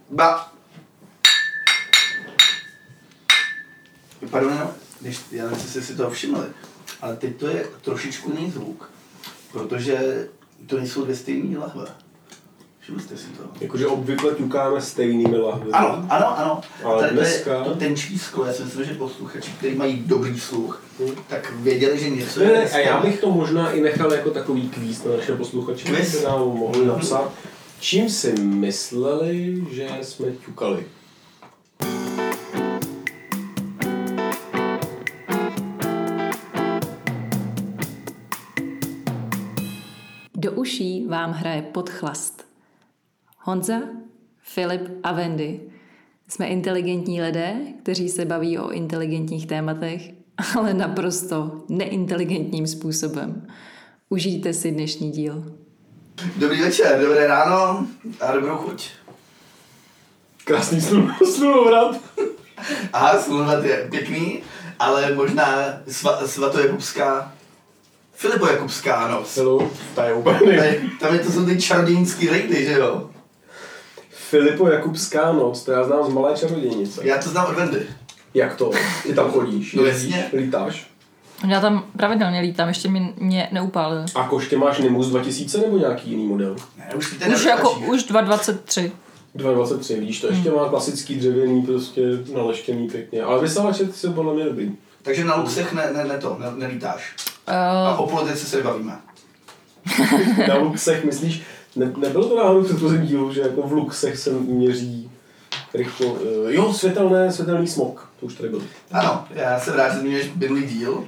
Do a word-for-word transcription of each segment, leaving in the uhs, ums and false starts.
Ba. Pardon, když, já nevím, jestli si to všimli, ale teď to je trošičku jiný zvuk, protože to nejsou dvě stejné lahve. Všimli jste si to? Jakože obvykle ťukáme stejnými lahvy. Ano, ano, ano. Ale tady dneska... to je to tenčí sklo, já si myslím, že posluchači, kteří mají dobrý sluch, hmm. tak věděli, že něco ne, je... Ne, a já bych to možná i nechal jako takový kvíz na naše posluchače, kteří nám mohli napsat. Čím si mysleli, že jsme ťukali? Do uší vám hraje Podchlast. Honza, Filip a Wendy. Jsme inteligentní lidé, kteří se baví o inteligentních tématech, ale naprosto neinteligentním způsobem. Užijte si dnešní díl. Dobrý večer, dobré ráno a dobrou chuť. Krásný slunovrat. Aha, slunovrat je pěkný, ale možná sva, svatojakubská, Filipojakubská noc. Hello, ta je úplně. Tam je to jsou ty čarodějnický rejdy, že jo? Filipojakubská noc, to já znám z Malé čarodějnice. Já to znám od Wendy. Jak to? Ty tam chodíš? No jezdíš, jasně. Lítáš? Já tam pravidelně lítám, ještě mě, mě neupálil. A koště máš Nimbus dva tisíce nebo nějaký jiný model? Ne, už ty Už jako, už dva dvacet tři. dva dvacet tři, vidíš, to ještě hmm. má klasický dřevěný, prostě naleštěný pěkně, ale vysavače ty jsou podle mě dobrý. Takže na luxech ne, ne, ne to, ne, nelítáš. Uh... A o politice se bavíme. Na luxech myslíš, ne, nebylo to náhodou v předchozím dílu, že jako v luxech se měří rychlo, uh, jo, světelné, světelný smog, to už tady bylo. Ano, já jsem rád, že zmíníš minulý díl.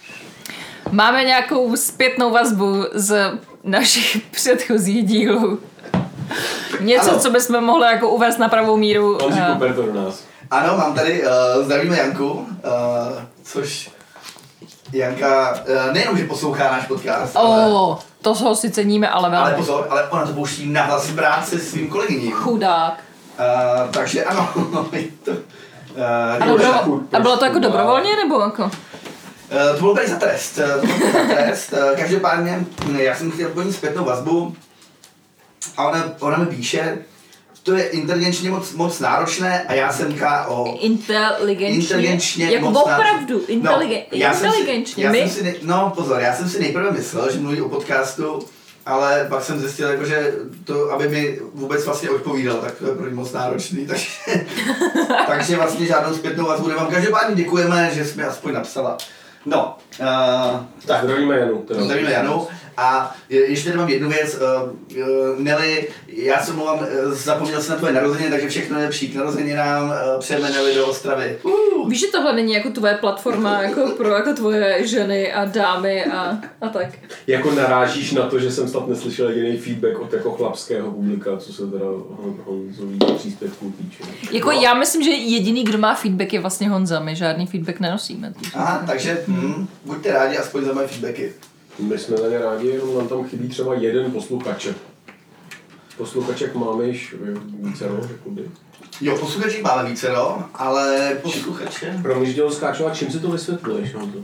Máme nějakou zpětnou vazbu z našich předchozích dílů. Něco, ano. Co bychom mohli jako uvést na pravou míru. On říká uh... to do nás. Ano, mám tady, uh, zdravíme Janku, uh, což Janka uh, nejenom, že poslouchá náš podcast, oh, ale... to ho si ceníme, ale velmi. Ale pozor, ale ona to pouští nahlas brát se svým kolegyním. Chudák. Uh, takže ano, to... Uh, a, dobro, a bylo to jako dobrovolně, nebo jako? Uh, to bylo tady za trest, uh, to bylo za trest. Uh, každopádně, já jsem chtěl plnit zpětnou vazbu a ona, ona mi píše, to je inteligenčně moc, moc náročné a já jsem K O. Inteligenčně? Inteligenčně jako moc opravdu, inteligen, no, já inteligenčně. Jsem si, já jsem si nej, no pozor, já jsem si nejprve myslel, že mluví o podcastu, ale pak jsem zjistil, jako, že to, aby mi vůbec vlastně odpovídal, tak to je pro ně moc náročný, takže, takže vlastně žádnou zpětnou vazbu nemám. Každopádně děkujeme, že jsi mi aspoň napsala. No, uh, tak. Zdravíme Janu. Zdravíme Janu. A ještě tady mám jednu věc. Uh, uh, Nelly, já se mluvám, uh, zapomněl jsem na tvoje narozeniny, takže všechno nejlepší k narozeninám. Uh, přejeme Nelly do Ostravy. Uh. Víš, že tohle není jako tvoje platforma jako pro jako tvoje ženy a dámy a, a tak. Jako narážíš na to, že jsem snad neslyšel jediný feedback od jako chlapského publika, co se teda Honzový příspěvků týče. Jako já myslím, že jediný, kdo má feedback, je vlastně Honza. My žádný feedback nenosíme. Aha, takže hm, buďte rádi aspoň za moje feedbacky. My jsme tady rádi, jenom nám tam chybí třeba jeden posluchaček. Posluchaček máme již vícero, jakoby. Jo, posluchaček máme vícero, ale posluchače... Pro mě dělo skáču, a čím si to vysvětluješ, Honzo?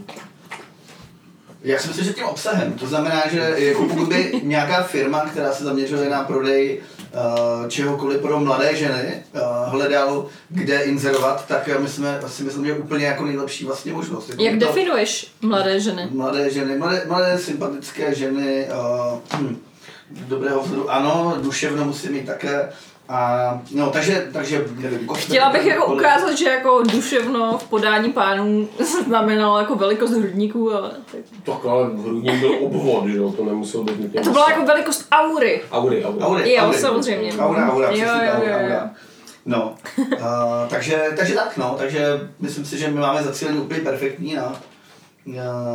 Já si myslím, že tím obsahem. To znamená, že jako pokud by nějaká firma, která se zaměřuje na prodej uh, čehokoliv pro mladé ženy, uh, hledal, kde inzerovat, tak my jsme, si myslím, že je úplně jako nejlepší vlastně možnost. Jako jak to, definuješ mladé ženy? Mladé ženy, mladé, mladé sympatické ženy, uh, hm, dobrého vzoru, ano, duševno musí mít také. A, no, takže, takže nevím. Chtěla bych jako ukázat, že jako duševno v podání pánů znamenalo jako velikost hrudníků, ale... Tak, tak ale hrudník byl obvod, že jo, to nemuselo být nutně. to byla jako velikost aury. Aury, aury. aury jo, aury. samozřejmě. Aura, aura, jo, přesně jo, aura, jo, jo. aura. No, uh, takže, takže tak, no, takže myslím si, že my máme zacílený úplně perfektní, no. Uh,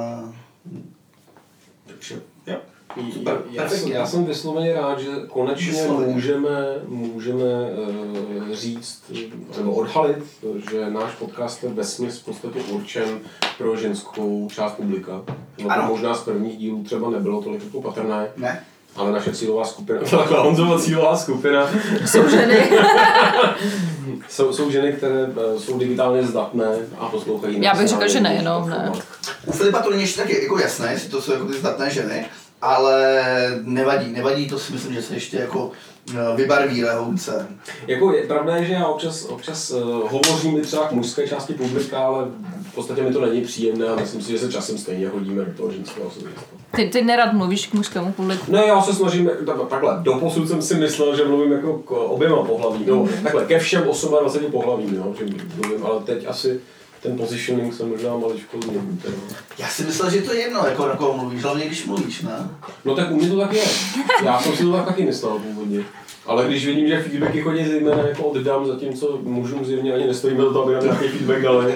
takže, jo. Já, já, jsem, já jsem vysloveně rád, že konečně vysloveně. můžeme, můžeme uh, říct, nebo odhalit, že náš podcast je vesměs v podstatě určen pro ženskou část publika. No to možná z prvních dílů třeba nebylo tolik jako patrné. Ne. Ale naše cílová skupina, takhle Honzova cílová skupina, jsou ženy. jsou, jsou ženy, které jsou digitálně zdatné a poslouchají. Já bych řekl, že nejenom, ne. U Filipa to není ještě taky jako jasné, jestli to jsou jako ty zdatné ženy, ale nevadí, nevadí, to si myslím, že se ještě jako vybarví lehonce. Jako je, pravda je, že já občas, občas uh, hovořím i třeba k mužské části publika, ale v podstatě mi to není příjemné a myslím si, že se časem stejně hodíme do toho ženského osobnictva. Ty, ty nerad mluvíš k mužskému publiku? Ne, já se snažím, takhle, doposud jsem si myslel, že mluvím jako k oběma pohlavím, no, takhle, ke všem dvaceti osmi pohlavím, jo, že mluvím, ale teď asi ten positioning se možná maličko změní. Já si myslel, že to je jedno, jako na koho mluvíš, hlavně když mluvíš, ne? No tak u mě to tak je. Já jsem si to tak taky myslel původně. Ale když vidím, že feedbacky chodí zejména jako od dam, zatímco mužům zjevně ani nestojíme do toho, aby nám nějaký feedback dali,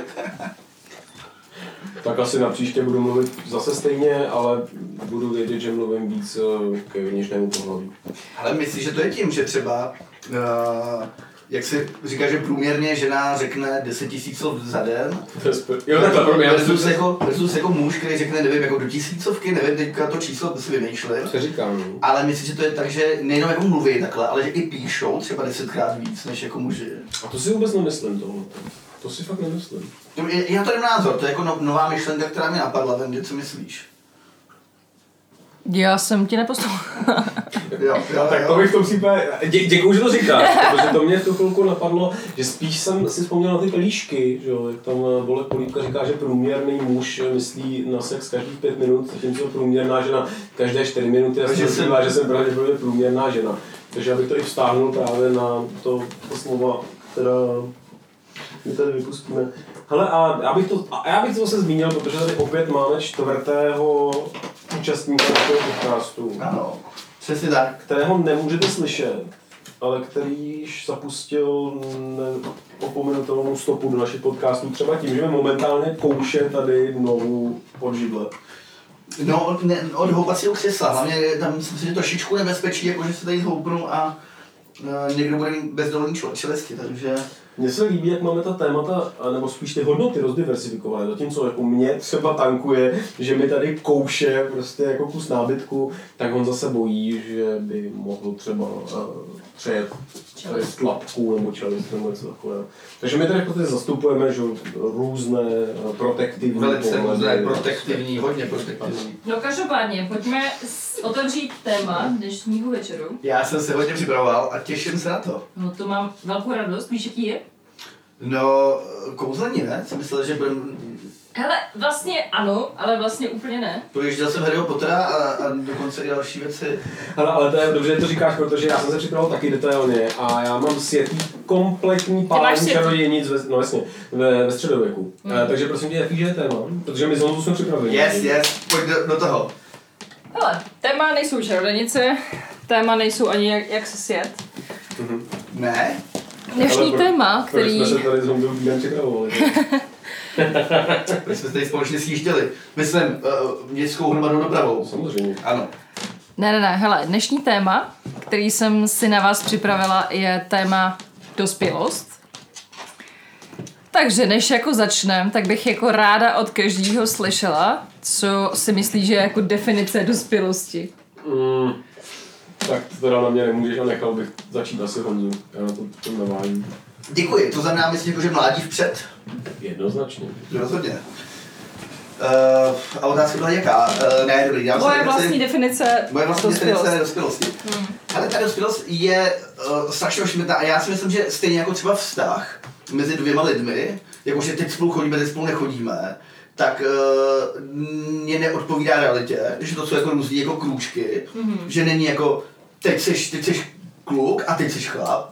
tak asi na příště budu mluvit zase stejně, ale budu vědět, že mluvím víc k jedinečnému pohlaví. Ale myslíš, že to je tím, že třeba, uh, jak si říká, že průměrně žena řekne deset tisíc slov za den, jo, takhle, pro mě, versus, jako, versus jako muž, který řekne, nevím, jako do tisícovky, nevím, teďka to číslo si vymýšlím. Se říkám. Ale myslím, že to je tak, že nejenom jako mluví takhle, ale že i píšou třeba desetkrát víc, než jako muži. A to si vůbec nemyslím tohle. To si fakt nemyslím. Já to mám názor, to je jako no, nová myšlenka, která mi napadla, Wendy, co myslíš? Já jsem ti neposlouchala. Jo, jo, tak jo. to bych v tom případě, dě, děkuju, že to říkáš, protože to mě v tu chvilku napadlo, že spíš jsem si vzpomněl na ty pelíšky, že jo, jak tam Bolek Polívka říká, že průměrný muž myslí na sex každých pět minut, zatímco průměrná žena každé čtyři minuty a se říká, že jsem pravděpodobně průměrná žena. Takže abych to i vztáhnul právě na to, to slova, která my tady vypustíme. Hele, a já bych to, a já bych to zase zmínil, protože tady opět máme čtvrtého účastníka našeho podcastu. Ano, přesně tak. Kterého nemůžete slyšet, ale který již zapustil neopomenutelnou stopu do našich podcastů, třeba tím, že mi momentálně kouše tady novou od židle. No, od, ne, od houpacího křesla, hlavně tam myslím si, že trošičku nebezpečí, jako že se tady zhoupnu a e, někdo bude mít bezdolní čelesti, takže... Mně se líbí, jak máme ta témata, nebo spíš ty hodnoty rozdiversifikované, zatímco jako mě třeba tankuje, že mi tady kouše prostě jako kus nábytku, tak on zase bojí, že by mohl třeba uh, přejet tlapku nebo čelist nebo něco takového. Takže my tady prostě zastupujeme, že různé protektivní Velice různé, protektivní, hodně protektivní. No každopádně, pojďme otevřít téma dnešního večeru. Já jsem se hodně připravoval a těším se na to. No to mám velkou radost, víš jaký je? No, kouzlení, ne? Jsem myslel, že budem... Hele, vlastně ano, ale vlastně úplně ne. Projížděl jsem Harryho Pottera a, a dokonce i další věci. Hele, ale to je dobře, že to říkáš, protože já jsem se připravil taky detailně a já mám světý kompletní pálení čarodějnic ve, no jasně, ve, ve středověku. Mm. E, takže prosím tě, jaký je téma? Protože my z Honzu jsme připravili. Yes, yes, pojď do, do toho. Hele, téma nejsou čarodějnice, téma nejsou ani jak, jak se sjet. Mm-hmm. Ne? Dnešní pro, téma, který... Proč jsme se tady s Honzou týden připravovali? Proč jsme tady společně sjížděli? Myslím, uh, městskou hromadnou dopravou. Samozřejmě. Ano. Ne, ne, ne, hele, dnešní téma, který jsem si na vás připravila, je téma dospělost. Takže než jako začnem, tak bych jako ráda od každého slyšela, co si myslí, že je jako definice dospělosti. Mm, tak to teda na mě nemůžeš a nechal bych začít asi Honzu. Já na to, to navážím. Děkuji, to znamená, myslím, jako, že mládí vpřed. Jednoznačně. Rozhodně. Uh, a otázka byla jaká? Uh, ne, dobrý, já Moje vlastní definice Moje vlastní dospělost. definice dospělosti. Hmm. Ale ta dospělost je uh, strašně ošmitná a já si myslím, že stejně jako třeba vztah mezi dvěma lidmi, jakože teď spolu chodíme, teď spolu nechodíme, tak uh, mě neodpovídá realitě, že to jsou jako různý jako krůčky, mm-hmm. že není jako teď seš, teď seš kluk a teď seš chlap,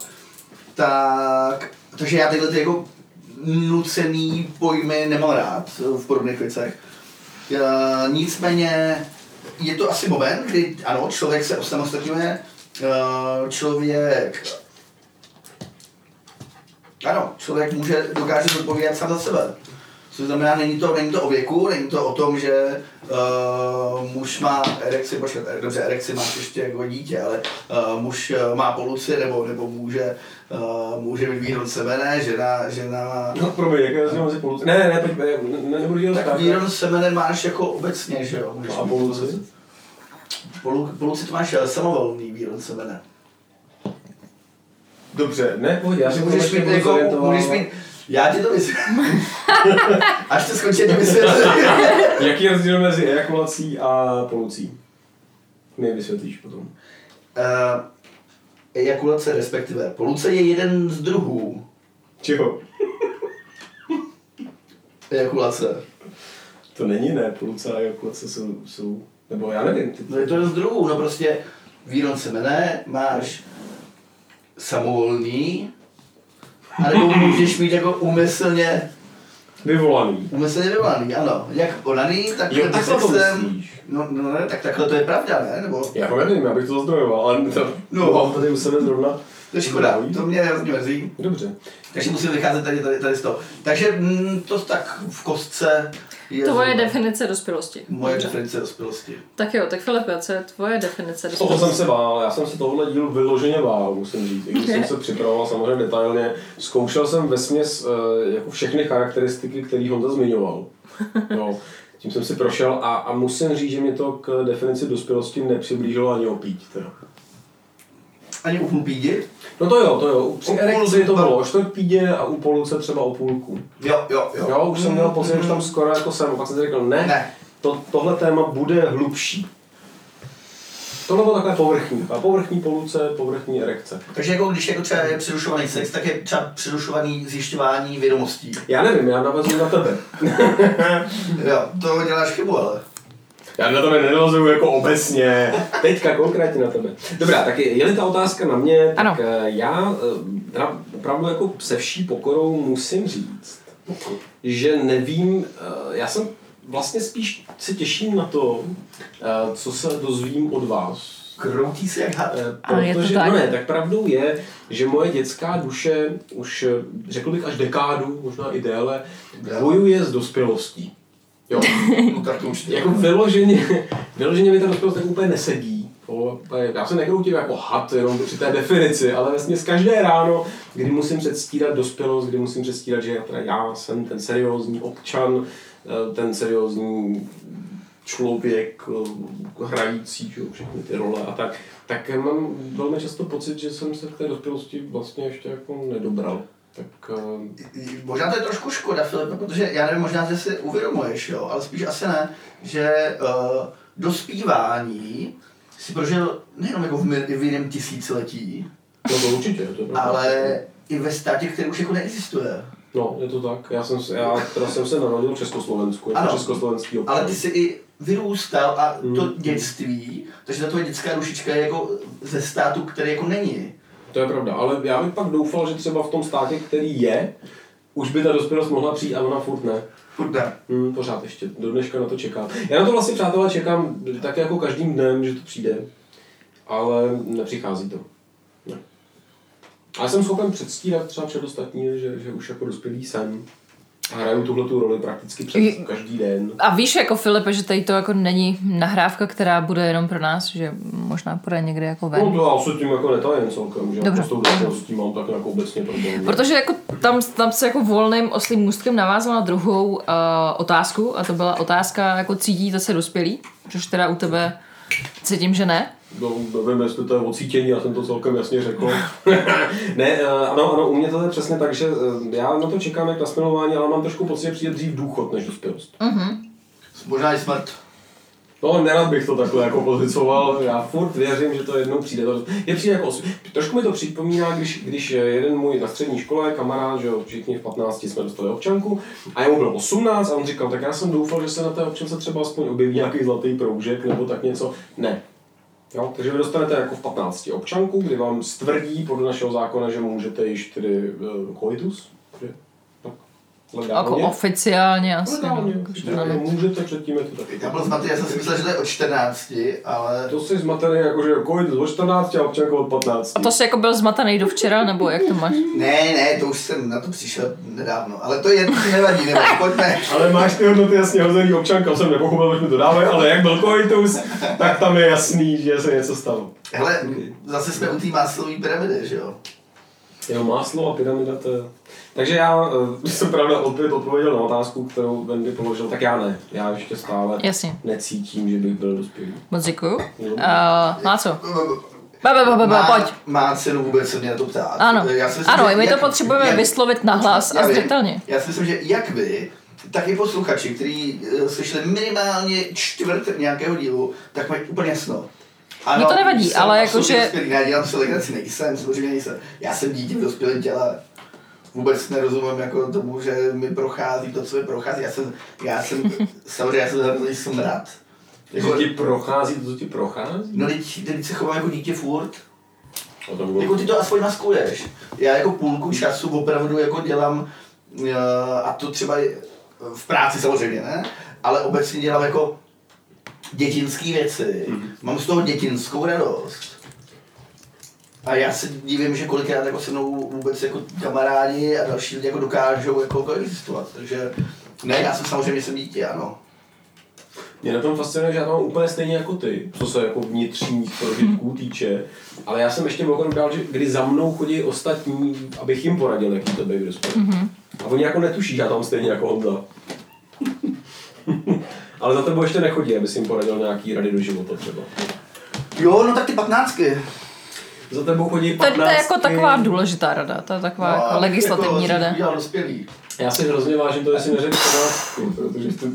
tak, takže já tyhle ty jako nucený pojmy nemám rád v podobných věcech. Uh, nicméně je to asi moment, kdy ano, člověk se osamostatňuje, uh, člověk ano, člověk může, dokáže zodpovídat sám za sebe. Co znamená, není to, není to o věku, není to o tom, že uh, muž má erekci, počkat, dobře, erekci máš ještě jako dítě, ale uh, muž má poluci, nebo, nebo může, uh, může mít výron semene, žena, žena má... No promiň, jaké rozdíl mezi poluci? Ne, ne, teď ne, ne, nebudu dělat tak. Tak výron semene máš jako obecně, že jo? No a poluci? Polu, poluci to máš samovolný výron semene. Dobře, ne, pojď, já si můžeš mít jako, můžeš mít, já ti to vysvětlím. Až to skončí, to vysvětlím. Jaký je rozdíl mezi ejakulací a polucí? mi vysvětlíš potom. Uh, ejakulace, respektive poluce je jeden z druhů. Čeho? Ejakulace. To není, ne, poluce a ejakulace jsou, jsou, nebo já nevím. Ty... No je to jeden z druhů, no prostě výron semene máš samovolný, anebo můžeš mít jako úmyslně Vyvolaný. Úmyslně vyvolaný, ano. Jak onaný, tak Jo, takhle to sexem. myslíš. No, no ne, tak takhle to je pravda, ne? Nebo... Já ho nevím, já bych to zazdrojoval, ale to, No. mám tady u sebe zrovna. To je škoda, to mě hrozně mrzí. Dobře. Takže musím vycházet tady, tady, tady z toho. Takže mm, to tak v kostce je... Tvoje zhruba definice dospělosti. Moje Dobře. definice dospělosti. Tak jo, tak Filipe, co je tvoje definice Toho dospělosti? jsem se bál, já jsem se tohle díl vyloženě bál, musím říct. I když jsem se připravoval samozřejmě detailně, zkoušel jsem vesměs uh, jako všechny charakteristiky, které Honza zmiňoval. Jo. Tím jsem si prošel a, a musím říct, že mě to k definici dospělosti nepřiblížilo ani opít. Teda. Ani u pídi? No to jo, to jo. Při U erekci to půl- bylo o čtvrt pídě a u poluce třeba o půlku. Jo, jo, jo. Jo, už jsem měl pocit, že tam skoro jako jsem, a pak jsem si řekl, ne, Ne. To, tohle téma bude hlubší. Tohle bylo takové povrchní. A povrchní poluce, povrchní erekce. Takže jako když jako třeba je přerušovaný sex, tak je třeba přerušovaný zjišťování vědomostí. Já nevím, já navazuji na tebe. Jo, to děláš chybu, ale. Já na tebe nenavazuju jako obecně. Teďka konkrétně na tebe. Dobrá, tak je, je-li ta otázka na mě, tak Ano. já teda opravdu jako se vší pokorou musím říct, že nevím, já jsem vlastně spíš se těším na to, co se dozvím od vás. Kroutí se jak had. A je to Protože, tak? no ne, tak pravdou je, že moje dětská duše už, řekl bych, až dekádu, možná i déle, bojuje s dospělostí. Jo. No tak to už Jako vyloženě, vyloženě mi ta dospělost tak úplně nesedí. Jo. Já se nekroutím jako had jenom při té definici, ale vlastně z každé ráno, kdy musím předstírat dospělost, kdy musím předstírat, že teda já jsem ten seriózní občan, ten seriózní člověk hrající, že, všechny ty role a tak, tak mám velmi často pocit, že jsem se k té dospělosti vlastně ještě jako nedobral. Tak, uh... Možná to je trošku škoda, Filipe, protože já nevím, možná, že si uvědomuješ, jo, ale spíš asi ne, že uh, dospívání si prožil nejenom jako v, v jiném tisíciletí, No to určitě, to je ale i ve státě, který už jako neexistuje. No, je to tak. Já jsem, se, já teda jsem se narodil v Československu, jako československý občan. Ale ty jsi i vyrůstal a to Mm. dětství, takže ta tvoje dětská dušička je jako ze státu, který jako není. To je pravda, ale já bych pak doufal, že třeba v tom státě, který je, už by ta dospělost mohla přijít, ale ona furt ne. Furt ne. Hmm, pořád ještě, do dneška na to čekám. Já na to vlastně, přátelé, čekám tak jako každým dnem, že to přijde, ale nepřichází to. Ne. Ale jsem schopen předstírat třeba před ostatní, že, že už jako dospělý jsem. A hraju tuhletu roli prakticky přes každý den. A víš jako Filipe, že tady to jako není nahrávka, která bude jenom pro nás, že možná půjde někde jako ven. No to já se tím jako netajím celkem, že Dobře. s tou dospělostí mám tak jako obecně problém. Protože jako tam, tam se jako volným oslým můstkem navázal na druhou uh, otázku a to byla otázka, jako cítíte se dospělí, což teda u tebe cítím, že ne. No, nevím, jestli to je ocítění, já jsem to celkem jasně řekl. Ne, uh, ano, ano, u mě to je přesně tak, že uh, já na to čekám jak na smilování, ale mám trošku pocit, že přijde dřív důchod než dospělost. Uh-huh. Možná i smrt. No, nerad bych to takhle jako pozicoval, já furt věřím, že to jednou přijde. Je přijde jako, trošku mi to připomíná, když, když jeden můj na střední škole kamarád, že jo, všichni v patnácti jsme dostali občanku a jemu bylo osmnáct a on říkal, tak já jsem doufal, že se na té občance třeba aspoň objeví nějaký zlatý proužek nebo tak něco. Ne. Jo, takže vy dostanete jako v patnácti občanku, kdy vám stvrdí podle našeho zákona, že můžete již tedy uh, coitus, že? Tak, legálně. Jako oficiálně asi. Legálně, No, že ano, můžete, předtím je to taky. Já byl zmatený, já jsem si myslel, že to je od čtrnácti, ale... To jsi zmatený jako, že coitus od čtrnácti a občanka od patnácti. A to jsi jako byl zmatený do včera, nebo jak to máš? Ne, ne, to už jsem na to přišel nedávno, ale to je, to nevadí, nevadí, pojďme. Ale máš ty hodnoty jasně hozený občanka, jsem nepochopil, proč mi to dávají, ale jak byl coitus, tak tam je jasný, že se něco stalo. Hele, zase jsme u té Maslowové pyramidy, že jo? Jo, máslo a pyramida, to je... Takže já uh, jsem pravda opět odpověděl na otázku, kterou Wendy položil, tak já ne. Já ještě stále Jasně. necítím, že bych byl dospělý. Moc děkuju. Jo. Uh, má co? Ba, ba, ba, ba, ba, pojď. Má cenu vůbec se mě na to ptát. Ano, Já si myslím, ano, že my to jak- potřebujeme jak- vyslovit nahlas Já a vím. zřetelně. Já si myslím, že jak vy, tak i posluchači, kteří uh, slyšeli minimálně čtvrt nějakého dílu, tak mají úplně jasno. Ano, Mně to nevadí, jsem ale absolutně jakože... dospělý, ne, dělám si legraci, nejsem, samozřejmě nejsem. Já jsem dítě v dospělém těle. Vůbec nerozumím jako tomu, že mi prochází to, co mi prochází. Já jsem, já jsem, samozřejmě já jsem hrozně jsem rád. Jako, že ti prochází to, co ti prochází? No teď, teď se chovám jako dítě furt. Bylo... Jako ty to aspoň maskuješ. Já jako půlku času opravdu jako dělám, a to třeba v práci samozřejmě, ne? Ale obecně dělám jako dětinské věci. Mm-hmm. Mám z toho dětinskou radost. A já se divím, že kolikrát jako se mnou vůbec jako kamarádi a další lidi jako dokážou jako koexistovat. Takže ne, já jsem samozřejmě jsem dítě, ano. Mě na tom fascinuje, že já to mám úplně stejně jako ty, co se jako vnitřních prožitků týče, ale já jsem ještě mohl dál, že kdy za mnou chodí ostatní, abych jim poradil, jaký to být dospělý. Mm-hmm. A oni jako netuší, že já tam stejně jako Honza. Ale za tebou ještě nechodí, aby si jim poradil nějaký rady do života třeba. Jo, no tak ty patnáctky. Za tebou chodí patnáctky. To je jako taková důležitá rada, to je taková no, jako legislativní jako, rada. Dospělý. Já si hrozně vážím to, jestli neřekl patnáctky, protože to...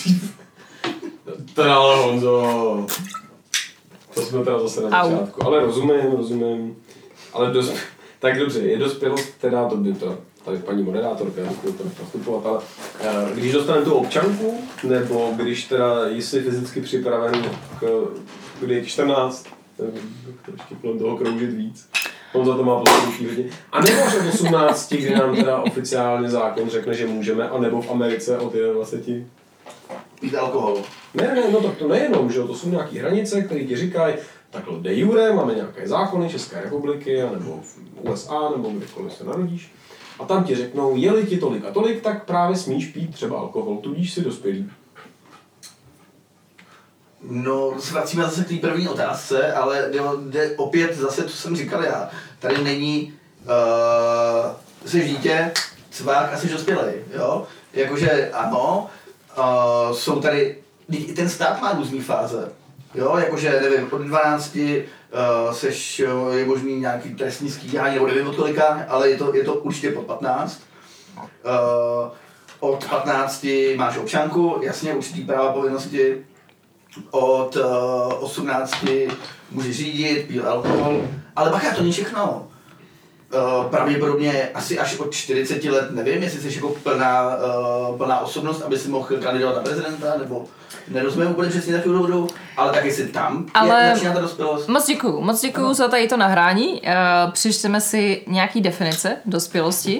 Teda ale Honzo, to jsme teda zase na začátku, ale rozumím, rozumím, ale dos... tak dobře, je dospělost, teda to by to, tady paní moderátorka, já bych to nastupovat, ale když dostaneme tu občanku, nebo když teda jsi fyzicky připraven k, kdy je čtrnáct, to ještě kolem toho kroužit víc, on za to má poslední hodně, a nebo že v osmnácti, kdy nám teda oficiálně zákon řekne, že můžeme, a nebo v Americe od dvaceti pít alkohol. Ne, ne, no tak to nejenom, že to jsou nějaké hranice, které ti říkají, takhle de jure, máme nějaké zákony České republiky, nebo v U S A, nebo kdekoliv se narodíš. A tam ti řeknou, je-li ti tolik a tolik, tak právě smíš pít třeba alkohol, tudíž si dospělý. No, se vracíme zase k té první otázce, ale jde, jde opět zase, co jsem říkal já. Tady není, uh, jsi dítě, cvák a jsi dospělej, jo? Jakože ano, uh, jsou tady, ten stát má různý fáze, jo? Jakože, nevím, od dvanácti uh, seš, je možný nějaký trestní stíhání, nebo nevím od kolika, ale je to, je to určitě pod patnáct. Uh, od patnácti máš občanku, jasně, určitý práva, povinnosti. Od uh, osmnácti můžeš řídit, pít alkohol, ale bacha, to není všechno. Uh, pravděpodobně asi až od čtyřiceti let, nevím, jestli jsi jako plná, uh, plná osobnost, aby si mohl kandidovat na prezidenta, nebo nerozumím úplně přesně takovou důvodu, ale taky si tam ale je, začíná ta dospělost. Moc děkuju, moc děkuju ano. za tady to nahrání. Uh, přičteme si nějaký definice dospělosti,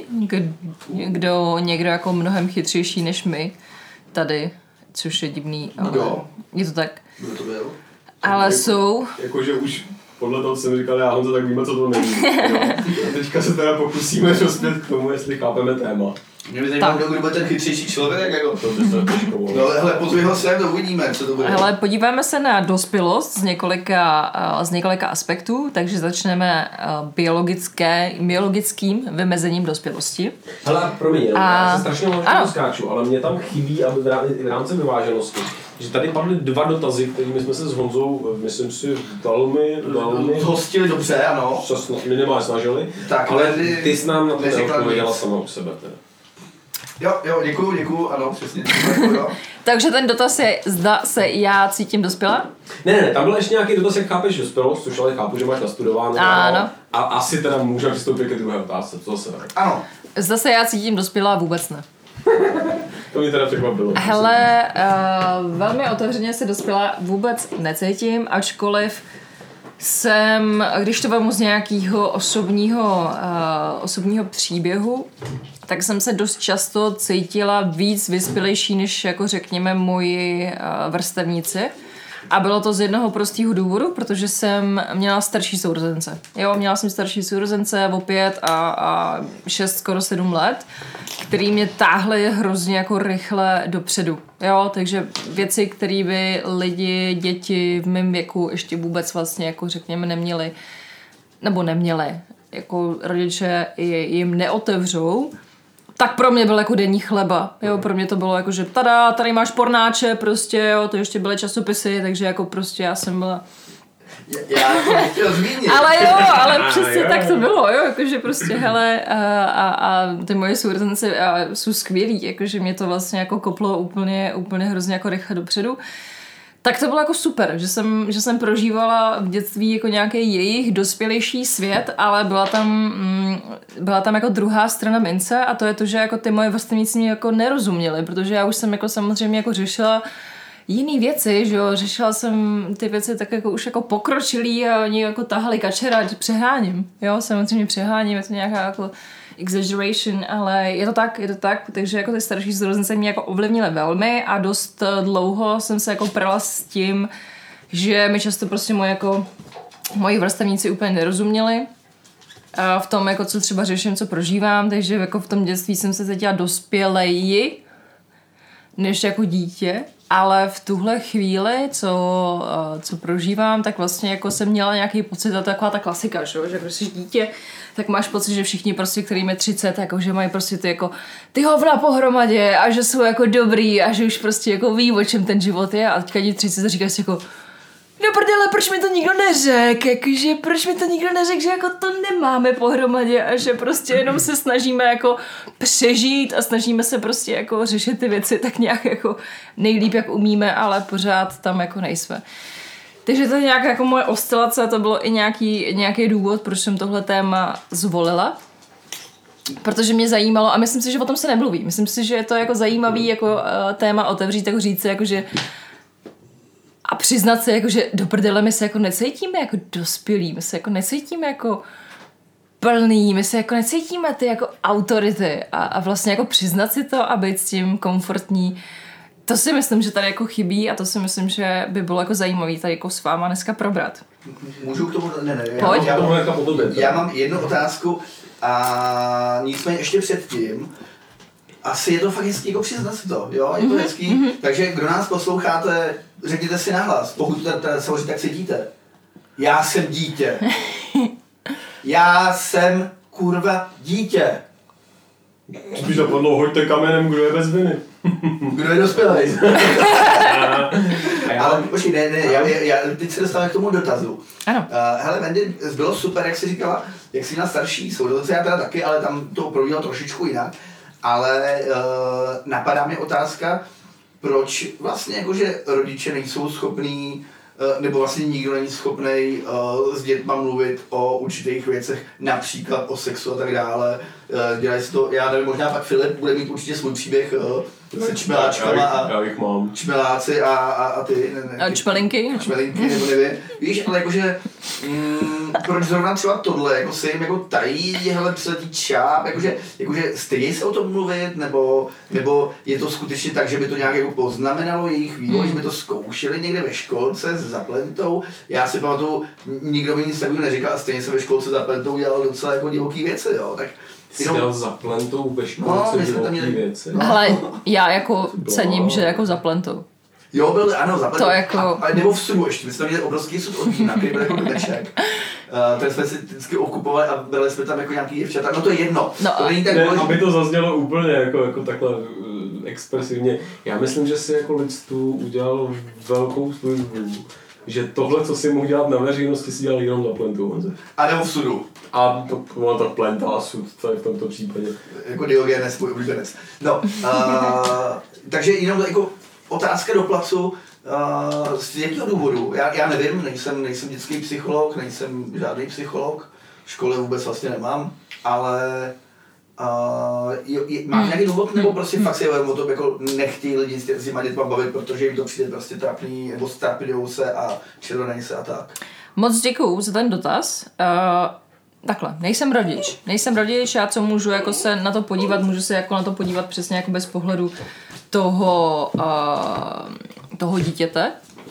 kdo někdo jako mnohem chytřejší než my tady, což je divný, ale Kdo? je to tak. Kdo to byl? Ale jako, jsou... Jakože už podle toho, co jsem říkal já, Honzo, tak víme, co to není. A teďka se teda pokusíme dospět k tomu, jestli chápeme téma. Mě by zajímalo, kdo bude ten chytřejší člověk, jako. To by se poškovalo. No hele, pozvi ho sem, to uvidíme, co to bude. Hele, podíváme se na dospělost z několika, z několika aspektů, takže začneme biologické, biologickým vymezením dospělosti. Hele, promiň, A... já se strašně možná skáču, ale mě tam chybí, aby v rámci vyváženosti, že tady padly dva dotazy, kterými jsme se s Honzou, myslím si, velmi, velmi... Zhostili dobře, ano. Se sna- minimálně snažili, tak, ale ty, ty jsi nám na to neodpověděla nic. sama u sebe teda. Jo, jo, děkuju, děkuju, ano, přesně. Jo. Takže ten dotaz je, zda se já cítím dospělá? Ne, ne, tam byl ještě nějaký dotaz, jak chápeš dospělost, což ale chápu, že máš nastudováno. Ano. A asi teda můžeme přistoupit ke druhé otázce, co se tak. Ano. Zda se já cítím dospělá, vůbec ne. To mě teda překvapilo. Hele, uh, velmi otevřeně se dospělá vůbec necítím, ačkoliv jsem, když to vemu z nějakého osobního, uh, osobního příběhu, tak jsem se dost často cítila víc vyspělejší než, jako řekněme, moji uh, vrstevníci. A bylo to z jednoho prostého důvodu, protože jsem měla starší sourozence. Jo, měla jsem starší sourozence o pět a, a šest, skoro sedm let, který mě táhly hrozně jako rychle dopředu. Jo, takže věci, které by lidi, děti v mém věku ještě vůbec vlastně, jako řekněme, neměli, nebo neměli, jako rodiče jim neotevřou, tak pro mě byl jako denní chleba. Jo, pro mě to bylo jako, že tada, tady máš pornáče, prostě, jo, to ještě byly časopisy, takže jako prostě já jsem byla... Já to nechtěl zmínit. Ale jo, ale přesně tak to bylo, jo, jakože prostě, hele, a, a, a ty moje sourozence jsou skvělí, jakože mě to vlastně jako koplo úplně, úplně hrozně jako rychle dopředu. Tak to bylo jako super, že jsem, že jsem prožívala v dětství jako nějaký jejich dospělejší svět, ale byla tam, mm, byla tam jako druhá strana mince a to je to, že jako ty moje vrstevníci mě jako nerozuměli, protože já už jsem jako samozřejmě jako řešila jiný věci, že jo, řešila jsem ty věci tak jako už jako pokročilý a oni jako tahali kačera, přeháním, jo, samozřejmě přeháním, je to nějaká jako exaggeration, ale je to tak, je to tak, takže jako ty starší zrozenci mě jako ovlivnily velmi a dost dlouho jsem se jako prala s tím, že mi často prostě moje jako moji vrstevníci úplně nerozuměli a v tom jako co třeba řeším, co prožívám, takže jako v tom dětství jsem se cítila dospěleji než jako dítě, ale v tuhle chvíli, co, co prožívám, tak vlastně jako jsem měla nějaký pocit, a to taková ta klasika, že, že když jsi dítě, tak máš pocit, že všichni prostě, kterým je třicet, jako, že mají prostě ty jako ty hovna pohromadě a že jsou jako dobrý a že už prostě jako ví, o čem ten život je a teďka ti třicet říkáš si jako no prdele, proč mi to nikdo neřekl, jakože proč mi to nikdo neřekl, že jako to nemáme pohromadě a že prostě jenom se snažíme jako přežít a snažíme se prostě jako řešit ty věci tak nějak jako nejlíp, jak umíme, ale pořád tam jako nejsme. Takže to je nějaká jako moje oscilace, to bylo i nějaký, nějaký důvod, proč jsem tohle téma zvolila. Protože mě zajímalo, a myslím si, že o tom se nemluví, myslím si, že je to jako zajímavý jako uh, téma otevřít, jako říct si, jakože a přiznat se, jako, že do prdele my se jako necítíme jako dospělí, my se jako necítíme jako plný, my se jako necítíme ty jako autority a, a vlastně jako přiznat si to a být s tím komfortní. To si myslím, že tady jako chybí a to si myslím, že by bylo jako zajímavý tady jako s váma dneska probrat. Můžu k tomu? Ne, ne, Pojď. Já, já, mám, já mám jednu otázku a nicméně ještě předtím. Asi je to fakt hezký, jako přiznat si to, jo, je to hezký. Mm-hmm. Takže kdo nás posloucháte, řekněte si nahlas, pokud to samozřejmě tak cítíte. Já jsem dítě. Já jsem kurva dítě. Spíš napadlo, hoďte kamenem, kdo je bez viny. Kdo je dospělej. Ale počkej, ne, ne, já, já teď se dostávám k tomu dotazu. Ano. Uh, hele, Wendy, bylo super, jak jsi říkala, jak jsi na starší sourozenci, já teda taky, ale tam to probíhalo trošičku jinak. Ale uh, napadá mi otázka, proč vlastně jakože rodiče nejsou schopní, uh, nebo vlastně nikdo není schopný uh, s dětma mluvit o určitých věcech, například o sexu a tak dále. Uh, dělají si to, já nevím, možná pak Filip bude mít určitě svůj příběh uh, se čmeláčkama a já jich mám. čmeláci a, a, a ty. Ne, ne, a čmelinky. Čmelinky, nebo nevím. Víš, ale jakože, mm, proč zrovna třeba tohle, jako se jim jako tají, hele, přiletí čáp, jakože, jakože stydí se o tom mluvit, nebo, nebo je to skutečně tak, že by to nějak jako poznamenalo jejich vývoj, hmm. že by to zkoušeli někde ve školce s zaplentou. Já si pamatuju, nikdo mi nic takového neříkal a stejně se ve školce zaplentou dělal docela jako divoký věci, jo, tak jsi dělal zaplentou ve školce no, divoký měli... věci? No. Ale já jako cením, že jako zaplentou. Jo, byl, ano, zaplentou. To jako... A, nebo v sudu ještě, my jsme tam měli obrovský sud od vína, který byl jako doteček. Uh, ten jsme si vždycky okupovali a brali jsme tam jako nějaký děvčata, no to je jedno. No to není tak ne, důležitý. aby to zaznělo úplně jako, jako takhle uh, expresivně. Já myslím, že si jako lidstvu udělal velkou službu, že tohle, co si mohl dělat na veřejnosti, si dělal jenom na plentu. A nebo v sudu. A to byla ta plenta a sud, to je v tomto případě. Jako Diogenes, můj oblíbenec. No, uh, takže jenom jako otázka do placu, uh, z jakého důvodu? Já, já nevím, nejsem, nejsem dětský psycholog, nejsem žádný psycholog, v škole vůbec vlastně nemám, ale uh, je, je, máš nějaký důvod, nebo prostě fakt si o tom jako nechtějí lidi s těma dětma bavit, protože jim to přijde prostě trapný, nebo strapidou se a červenej se a tak? Moc děkuju za ten dotaz. Uh, takhle, nejsem rodič. Nejsem rodič, já co můžu jako se na to podívat, můžu se jako na to podívat přesně jako bez pohledu toho, uh, toho dítěte.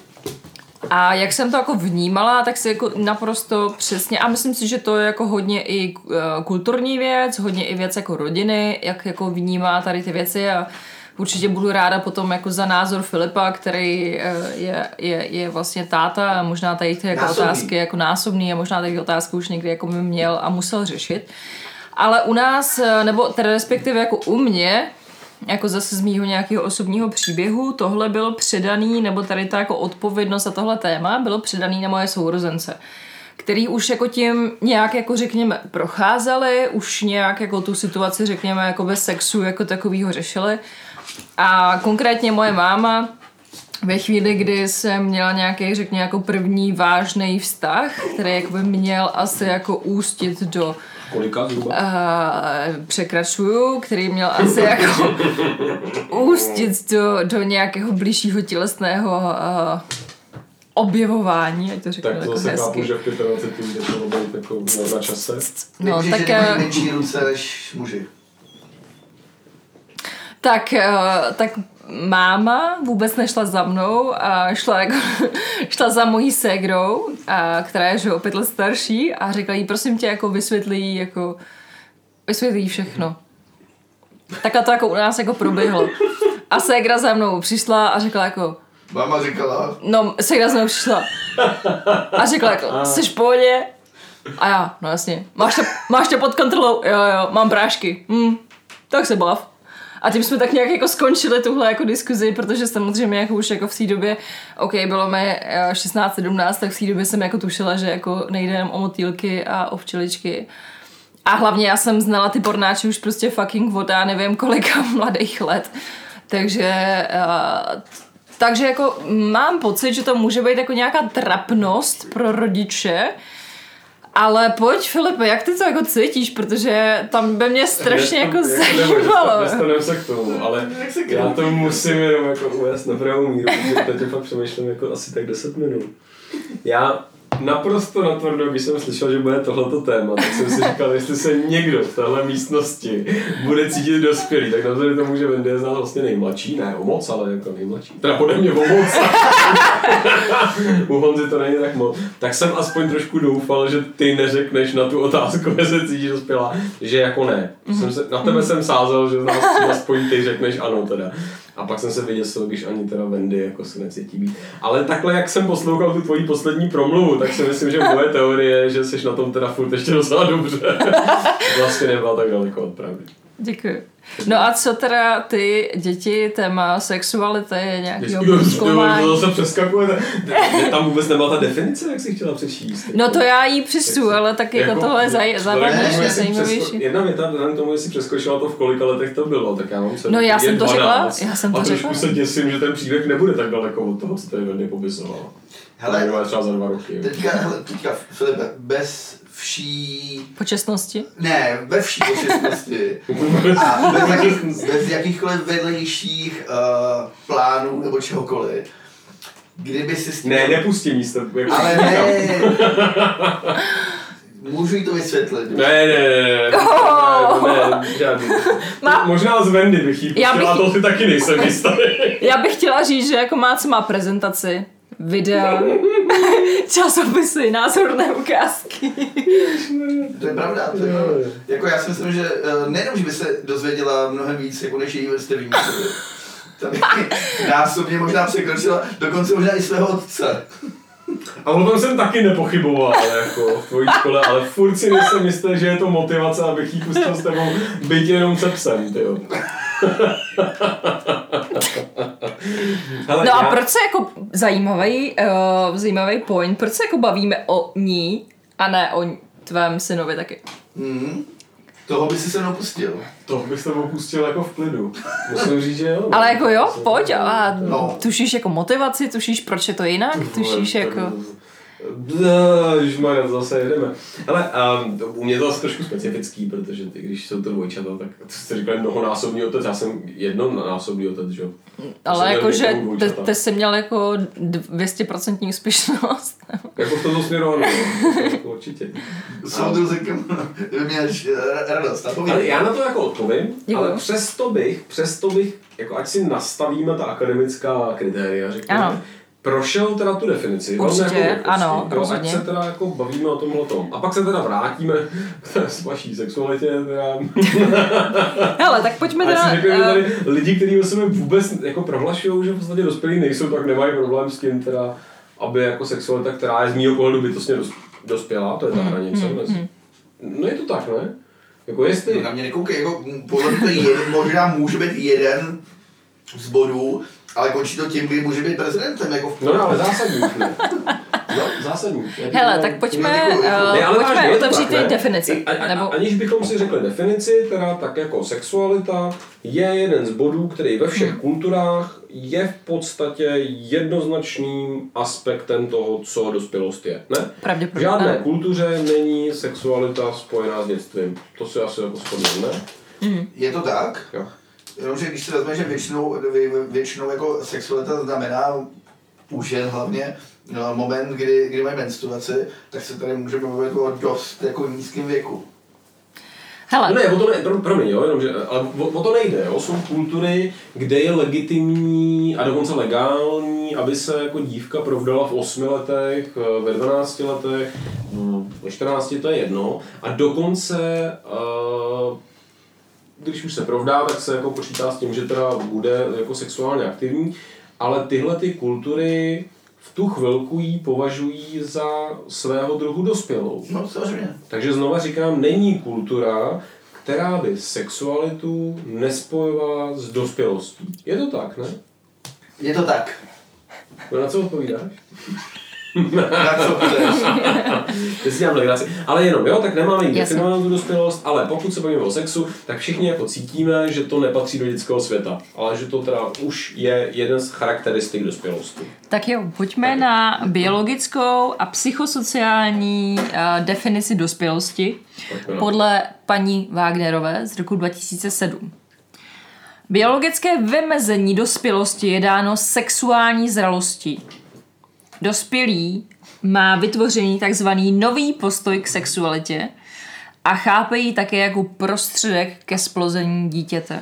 A jak jsem to jako vnímala, tak si jako naprosto přesně, a myslím si, že to je jako hodně i uh, kulturní věc, hodně i věc jako rodiny, jak jako vnímá tady ty věci a určitě budu ráda potom jako za názor Filipa, který uh, je, je, je vlastně táta a možná tady ty jako násobný. otázky jako násobný a možná tady otázky už někdy jako by měl a musel řešit. Ale u nás, nebo teda respektive jako u mě, jako zase z mýho nějakého osobního příběhu, tohle bylo předaný, nebo tady ta jako odpovědnost za tohle téma bylo předaný na moje sourozence, který už jako tím nějak jako řekněme procházeli, už nějak jako tu situaci řekněme jako bez sexu jako takovýho řešili. A konkrétně moje máma ve chvíli, kdy jsem měla nějaký, řekně, jako první vážný vztah, který jakoby měl asi jako ústit do... Kolika zhruba? Uh, překračuju, který měl asi jako ústit do, do nějakého blížšího tělesného uh, objevování, ať to řeknu tak to jako zase hezky. chápu, že v dvaceti pěti by to bylo být jako na čase. No, Takže tak, ženy mají menší ruce než muži. Tak, uh, tak máma vůbec nešla za mnou a šla, jako, šla za mojí ségrou, a, která je že o pět let starší a řekla jí, prosím tě, jako vysvětlí, jako vysvětlí všechno. Takhle to jako u nás jako proběhlo. A ségra za mnou přišla a řekla jako... Máma říkala... No, ségra za mnou přišla a řekla jako, jsi v pohodě? A já, no jasně, máš to, máš to pod kontrolou? Jo, jo, mám prášky. Hm, tak se bav. A tím jsme tak nějak jako skončili tuhle jako diskuzi, protože samozřejmě jako už jako v té době, ok, bylo mi šestnáct sedmnáct, tak v té době jsem jako tušila, že jako nejde jen o motýlky a o včeličky. A hlavně já jsem znala ty pornáče už prostě fucking od já nevím kolika mladých let. Takže, uh, takže jako mám pocit, že to může být jako nějaká trapnost pro rodiče. Ale pojď, Filipe, jak ty to jako cítíš, protože tam by mě strašně jako jak zajímalo. Nestaneme se k tomu, ale já to musím jenom jako uvést na pravou míru, protože teď fakt přemýšlím jako asi tak deset minut. Já naprosto natvrdo, když jsem slyšel, že bude tohleto téma, tak jsem si říkal, jestli se někdo v téhle místnosti bude cítit dospělý, tak navzdory tomu, že Wendy je z nás vlastně nejmladší, ne o moc, ale jako nejmladší, teda pode mě o moc. U Honzy to není tak moc. Tak jsem aspoň trošku doufal, že ty neřekneš na tu otázku, jestli se cítíš dospělá, že jako ne. Mm-hmm. Jsem se, na tebe jsem sázel, že z nás aspoň ty řekneš ano teda. A pak jsem se vyděsil, když ani teda Wendy jako se necítí být. Ale takhle, jak jsem poslouchal tu tvoji poslední promluvu, tak si myslím, že moje teorie, že jsi na tom teda furt ještě docela dobře. Vlastně nebyla tak daleko od pravdy. Děkuji. No a co teda ty děti, téma sexuality, nějakého Jo, průzkoumání? to zase přeskakuje. Tam vůbec nebyla ta definice, jak jsi chtěla přečíst. No to já jí přečtu, ale tak jako, jako tohle je zaj- zábavnější, zajímavější. Jedna věta, vzhledem tomu, jestli přeskočila to, v kolika letech to bylo, tak já mám se. No já jsem to řekla, já jsem to a řekla. A trošku se děsím, že ten příběh nebude tak daleko od toho, co tady Wendy popisovala. Hele, to třeba za dva roky. Teďka, hele, teďka, Filipe, bez vší... Počestnosti? Ne, bez vší počestnosti. A bez, jakých, bez jakýchkoliv vedlejších uh, plánů nebo čehokoliv. Kdyby si s tím... Ne, nepustím místo. Jako... Ale ne. Můžu jí to vysvětlit. Ne, ne, ne, ne, oh. ne, ne, žádný. Má... Možná z Wendy bych jí pustil, bych... a to si taky nejsem jistý. Já bych chtěla říct, že jako má co má prezentaci, videa, časopisy, názorné ukázky. To je pravda, to je pravda. Jako já si myslím, že nejenom, že by se dozvěděla mnohem víc, jako než její vrstevní. To by násobně možná překročila, dokonce možná i svého otce. A o tom jsem taky nepochyboval, jako v tvojí škole, ale furt si nejsem jistý, že je to motivace, abych jí pustil s tebou být jenom se psem, tyjo. Hele, no a já... proč se jako zajímavý, uh, zajímavý point, proč se jako bavíme o ní a ne o tvém synovi taky? Mm. Toho by si se mnou pustil. Toho bych se mnou pustil jako v klidu. Musím říct, že jo. Ale jako jo, pojď a no. Tušíš jako motivaci, tušíš proč je to jinak, tušíš jako... Ježmarja, zase jedeme. Ale um, u mě to asi trošku specifický, protože ty, když jsou to dvojčata, tak jste říkali mnohonásobný otec, já jsem jednonásobný otec, že jo. Ale jakože ty, ty jsi měl jako dvě stě procent úspěšnost. Jako v tomto směru ano, jako určitě. Soudruzekem měl radost. Ale já na to jako odpovím, Děkuju. Ale přesto bych, přesto bych, jako ať si nastavíme ta akademická kritéria, řekněme, prošel teda tu definici. Určitě, jako ano, prostě, rozhodně. Ať se teda jako bavíme o tomhle tom. A pak se teda vrátíme s vaší sexualitě. Teda. Hele, tak pojďme teda... Ať si řekli, že tady lidi, kteří o sobě vůbec jako prohlašují, že v podstatě dospělí nejsou, tak nemají problém s tím teda, aby jako sexualita, která je z mýho pohledu bytostně dospělá, to je ta hranice. Hmm, hmm. No je to tak, ne? Jako jestli... No na mě nekoukej, jako podle mě to je jeden, možná může být jeden z bodů, Ale končí to tím, kdy může být prezidentem, jako v No, no, ale zásadní, ne? No, zásadní. Hele, tak pojďme, uh, ne, pojďme vážně, otevřít ty ne? definici. A, a, Nebo... Aniž bychom si řekli definici, teda tak jako sexualita je jeden z bodů, který ve všech hmm. kulturách je v podstatě jednoznačným aspektem toho, co dospělost je. Ne? Pravděpodobně. V žádné kultuře není sexualita spojená s dětstvím. To si asi jako shodneme, ne? Hmm. Je to tak? Jo. Jenomže když si vezme, že většinou, většinou jako sexualita znamená u žen hlavně no, moment, kdy, kdy mají menstruaci, tak se tady můžeme mluvit o dost jako nízkém věku. Hele. No ne, o to ne, pro, promiň, jo, jenomže, ale o, o to nejde, jo. Jsou kultury, kde je legitimní a dokonce legální, aby se jako dívka provdala v osmi letech, ve dvanácti letech, ve čtrnácti, to je jedno. A dokonce, uh, když už se provdá, tak se jako počítá s tím, že teda bude jako sexuálně aktivní, ale tyhle ty kultury v tu chvilku jí považují za svého druhu dospělou. No, samozřejmě. Takže znova říkám, není kultura, která by sexualitu nespojovala s dospělostí. Je to tak, ne? Je to tak. No na co odpovídáš? Na co chceš? Ty si dělám legraci. Ale jenom, jo, tak nemáme jí definovanou tu dospělost, ale pokud se bavíme o sexu, tak všichni jako cítíme, že to nepatří do dětského světa. Ale že to teda už je jeden z charakteristik dospělosti. Tak jo, pojďme tak. na biologickou a psychosociální uh, definici dospělosti podle paní Wagnerové z roku dva tisíce sedm. Biologické vymezení dospělosti je dáno sexuální zralostí. Dospělý má vytvořený takzvaný nový postoj k sexualitě a chápe ji také jako prostředek ke splození dítěte.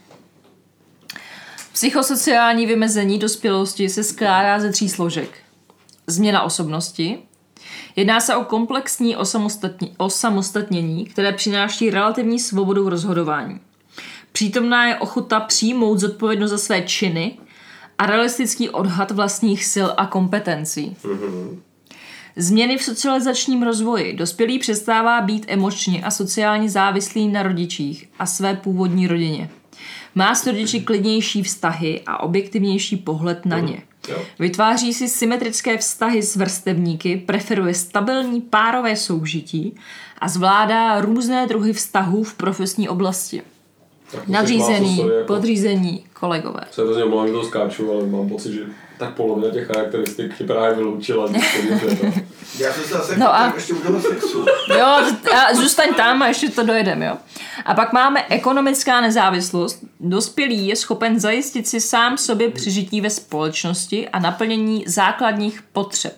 Psychosociální vymezení dospělosti se skládá ze tří složek. Změna osobnosti. Jedná se o komplexní osamostatnění, které přináší relativní svobodu v rozhodování. Přítomná je ochota přijmout zodpovědnost za své činy a realistický odhad vlastních sil a kompetencí. Mm-hmm. Změny v socializačním rozvoji. Dospělý přestává být emočně a sociálně závislý na rodičích a své původní rodině. Má s rodiči klidnější vztahy a objektivnější pohled na ně. Vytváří si symetrické vztahy s vrstevníky, preferuje stabilní párové soužití a zvládá různé druhy vztahů v profesní oblasti. Nadřízený, jako podřízení, kolegové. Se hrozně omlouvám, že to skáču, ale mám pocit, že tak polovina těch charakteristik ti právě vyloučila. Já jsem se zase no a... ještě u toho sexu. Jo, a zůstaň tam a ještě to dojedeme, jo. A pak máme ekonomická nezávislost. Dospělý je schopen zajistit si sám sobě přežití ve společnosti a naplnění základních potřeb.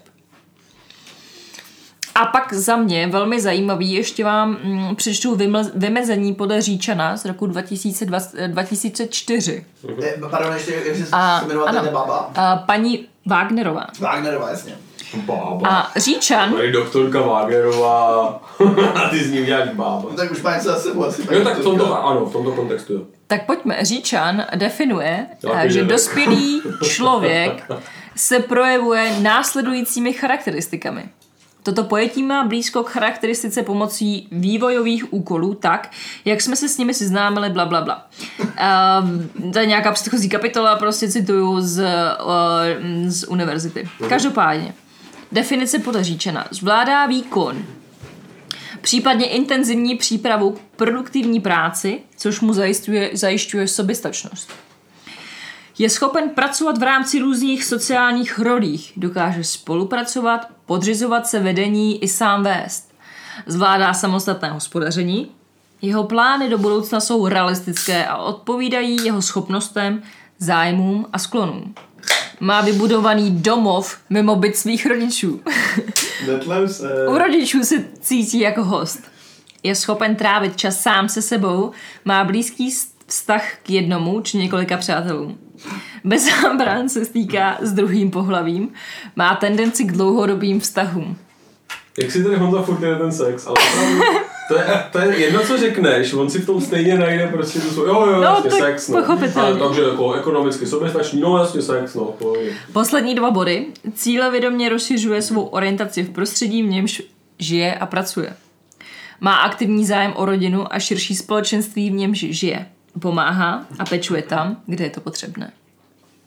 A pak za mě velmi zajímavý, ještě vám mm, přečtu vymle, vymezení podle Říčana z roku dva tisíce čtyři. Mm-hmm. Pardon, ještě, jak se jmenovat ten bába? A paní Wagnerová. Wagnerová, jasně. Bába. A Říčan... Tady doktorka Wagnerová. A ty s ním děláš bába. No, tak už má něco za sebou asi. Jo, tak v tomto, ano, v tomto kontextu jo. Tak pojďme, Říčan definuje, Taky že dospělý člověk se projevuje následujícími charakteristikami. Toto pojetí má blízko k charakteristice pomocí vývojových úkolů tak, jak jsme se s nimi seznámili, bla, bla, bla. Uh, to je nějaká předchozí kapitola, prostě cituju z, uh, z univerzity. Každopádně, definice podle Říčana. Zvládá výkon, případně intenzivní přípravu k produktivní práci, což mu zajišťuje, zajišťuje soběstačnost. Je schopen pracovat v rámci různých sociálních rolích, dokáže spolupracovat, podřizovat se vedení i sám vést. Zvládá samostatné hospodaření. Jeho plány do budoucna jsou realistické a odpovídají jeho schopnostem, zájmům a sklonům. Má vybudovaný domov mimo byt svých rodičů. U rodičů se cítí jako host. Je schopen trávit čas sám se sebou, má blízký vztah k jednomu či několika přátelům. Bez zábran se stýká s druhým pohlavím, má tendenci k dlouhodobým vztahům. Jak si tady Honza furt jde ten sex, ale to je, to je jedno, co řekneš, on si v tom stejně najde prostě tu svůj, jo, jo, no, jasně, tak sex, no. pochopitelně. Takže jako ekonomicky soběstačný, no jasně, sex, no. Pohodě. Poslední dva body. Cílevědomě rozšiřuje svou orientaci v prostředí, v němž žije a pracuje. Má aktivní zájem o rodinu a širší společenství, v němž žije. Pomáhá a pečuje tam, kde je to potřebné.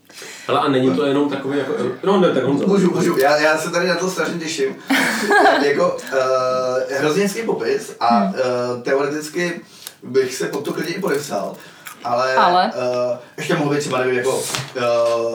Ale a není to jenom takový jako... No ne, tak on Můžu, můžu, já, já se tady na to strašně těším. Jako uh, hrozněcký popis a uh, teoreticky bych se pod to klidně i podepsal. Ale, ale? Uh, ještě mohl být třeba, nevím, jako... Uh,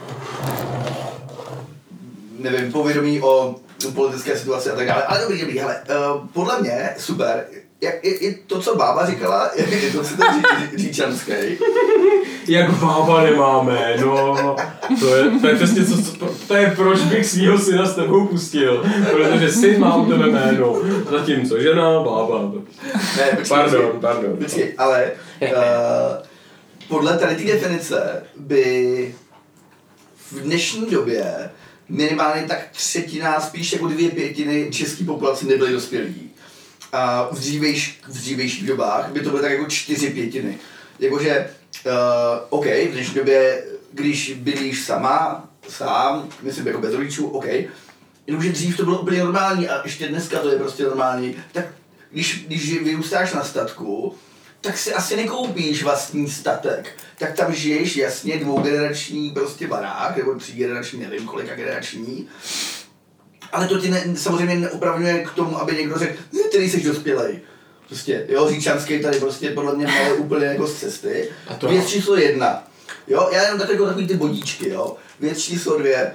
nevím, povědomí o politické situaci a tak dále. Ale dobrý, dobrý, hele, uh, podle mě super. Jak, i, i to, co bába říkala, je to si ten ří, říčanský. Jak bába nemáme, no. To je, to je přesně co, co, to je proč bych svýho syna s tebou pustil. Protože syn má u tebe jméno. Zatímco žena, bába. Ne, počkej, pardon, počkej, pardon. Počkej, ale uh, podle tady té definice by v dnešní době minimálně tak třetina, spíš jako dvě pětiny české populace nebyly dospělí. A v, dřívejš, v dřívejších dobách by to byly tak jako čtyři pětiny. Jakože, uh, OK, v dnešní době, když bydlíš sama, sám, myslím jako bez rodičů, OK, jenomže dřív to bylo úplně normální a ještě dneska to je prostě normální, tak když, když vyrůstáš na statku, tak si asi nekoupíš vlastní statek. Tak tam žiješ jasně dvougenerační prostě barák, nebo třígenerační, nevím kolika generační. Ale to ti ne, samozřejmě neopravňuje k tomu, aby někdo řekl, ty nejseš dospělej. Prostě, jo, říčanský tady prostě podle mě měl úplně jako z cesty. Věc číslo jedna. Jo, já jenom tak jako takový ty bodíčky, jo. Věc číslo dvě.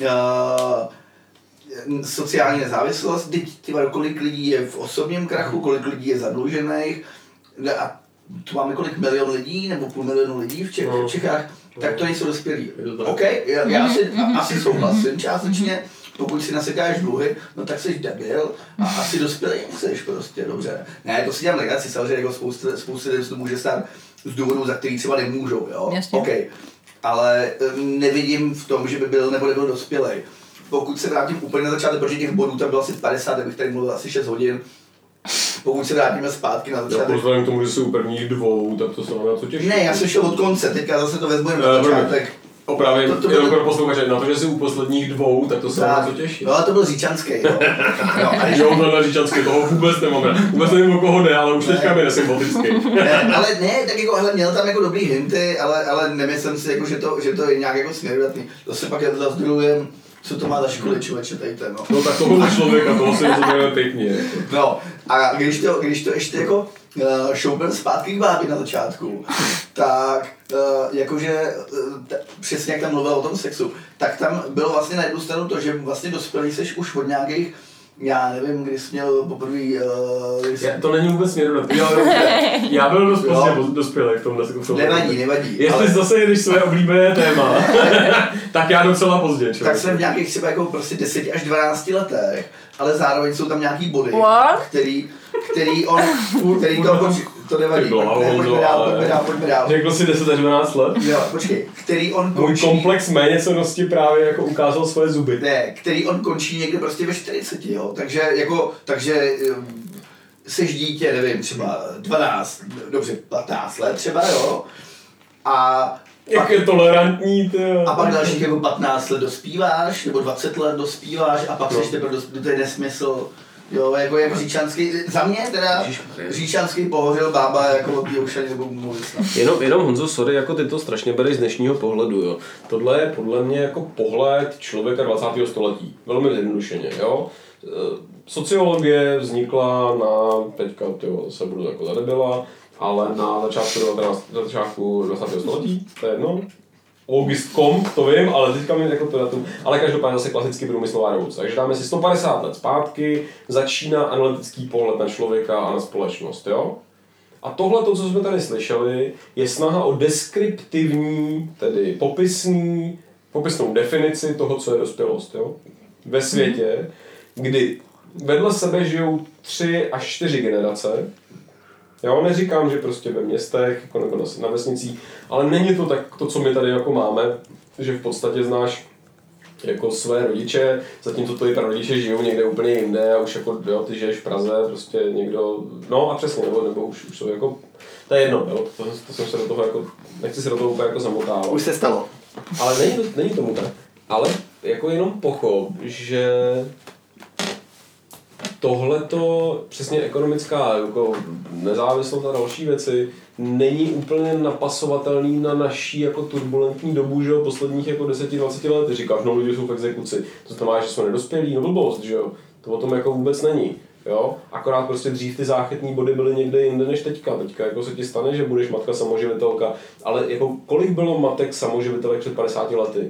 Uh, sociální nezávislost. Teď ty kolik lidí je v osobním krachu, kolik lidí je zadlužených. A tu máme kolik milion lidí, nebo půl milionu lidí v, Čech, v Čechách, tak to nejsou dospělí. OK, já, já si, asi souhlasím částečně. Pokud si nasekáš dluhy, no tak jsi debil a asi dospělý musíš prostě, dobře. Ne, to si dělám legraci, samozřejmě jako spoustu, spoustu lidí to může stát z důvodů, za který třeba nemůžou, jo? Jasně. OK. Ale nevidím v tom, že by byl nebo nebyl dospělej. Pokud se vrátím úplně na začátek, protože těch bodů tam bylo asi padesát, tak bych tady mluvil asi šest hodin. Pokud se vrátíme zpátky na začátek. Já vzhledem k tomu, že jsou u prvních dvou, tak to se nám na co těší. Ne, já jsem šel od konce, teďka zase to vezmu na začátek. Opravím, to, to jenom byl... pro posluchače, na to, že jsi u posledních dvou, tak to se na co těší. No ale to byl říčanský, jo. No, a když jo, tohle říčanský, toho vůbec nemám rád. Vůbec nevím, o koho ne, ale už ne. Teďka mi nesympatický. Ne, ale ne, tak jako, hele, měl tam jako dobrý hinty, ale, ale nemyslím si, jako, že, to, že to je nějak jako směrodatný. To se pak zazdrujem, co to má za školy, člověče, tady ten, no. No tak tohle člověka, toho si rozumíme pěkně. No, a když to, když to ještě jako uh, šoupem zpátky k bábě na začátku, tak uh, jakože uh, t- přesně jak tam mluvil o tom sexu, tak tam bylo vlastně na jednu stranu to, že vlastně dospělý seš už od nějakých, já nevím, kdy jsi měl poprvé... Uh, jsi... To není vůbec směrodatný. Já byl dost pozdě dospělý v tomhle. V tomhle. Nevadí, nevadí. Jestli ale... zase jedeš své oblíbené téma, tak já docela pozdě. Člověk. Tak jsem v nějakých třeba jako prostě deset až dvanáct letech, ale zároveň jsou tam nějaký body, který, který on, který to, poč- to nevadí. Ne, pojďme dál, pojďme dál, pojďme dál. Řekl si deset až dvanáct let? Jo, počkej, který on končí... Můj komplex méněcennosti právě jako ukázal svoje zuby. Ne, který on končí někde prostě ve čtyřiceti, jo, takže jako, takže seš dítě, nevím, třeba dvanáct, dobře, patnáct let třeba, jo, a... Jak pak, je tolerantní, tyjo. A pak dalších jako patnáct let dospíváš, nebo dvacet let dospíváš a pak no. Seš teprve dospíváš, to je nesmysl. Jo, jako jak říčanský, za mě teda říčanský pohořel bába jako od Joušany nebo mluvit snad. Jenom, jenom Honzo, sorry, jako ty to strašně bereš z dnešního pohledu, jo. Tohle je podle mě jako pohled člověka dvacátého století, velmi zjednodušeně, jo. Sociologie vznikla na, teďka tyjo, se budu jako zadebila, ale na začátku, devatenáctého, začátku dvacátého století, to je jedno. August tečka com, to vím, ale teďka mi jako to datum, ale každopádně zase klasicky průmyslová revoluce. Takže dáme si sto padesát let zpátky, začíná analytický pohled na člověka a na společnost, jo? A tohle, to, co jsme tady slyšeli, je snaha o deskriptivní, tedy popisný, popisnou definici toho, co je dospělost, jo? Ve světě, kdy vedle sebe žijou tři až čtyři generace. Jo, neříkám, že prostě ve městech jako nebo na, na vesnicích, ale není to tak to, co my tady jako máme, že v podstatě znáš jako své rodiče, zatímco tvoji prarodiče žijou někde úplně jinde a už jako jo, ty žiješ v Praze, prostě někdo, no a přesně, nebo, nebo už, už jsou jako, to je jedno, jo, to, to jsem se do toho jako, nechci se do toho úplně jako zamotávat. Už se stalo. Ale není, to, není tomu tak, ale jako jenom pochop, že tohleto, přesně ekonomická jako nezávislost a další věci, není úplně napasovatelný na naší jako turbulentní dobu, že jo, posledních jako deset dvacet let. Ty říkáš, no lidi jsou v exekuci, to znamená, že jsme nedospělí, no blbost, že jo. To o tom jako vůbec není. Jo? Akorát prostě dřív ty záchytní body byly někde jinde než teďka. Teďka jako se ti stane, že budeš matka samoživitelka, ale jako kolik bylo matek samoživitelek před padesáti lety?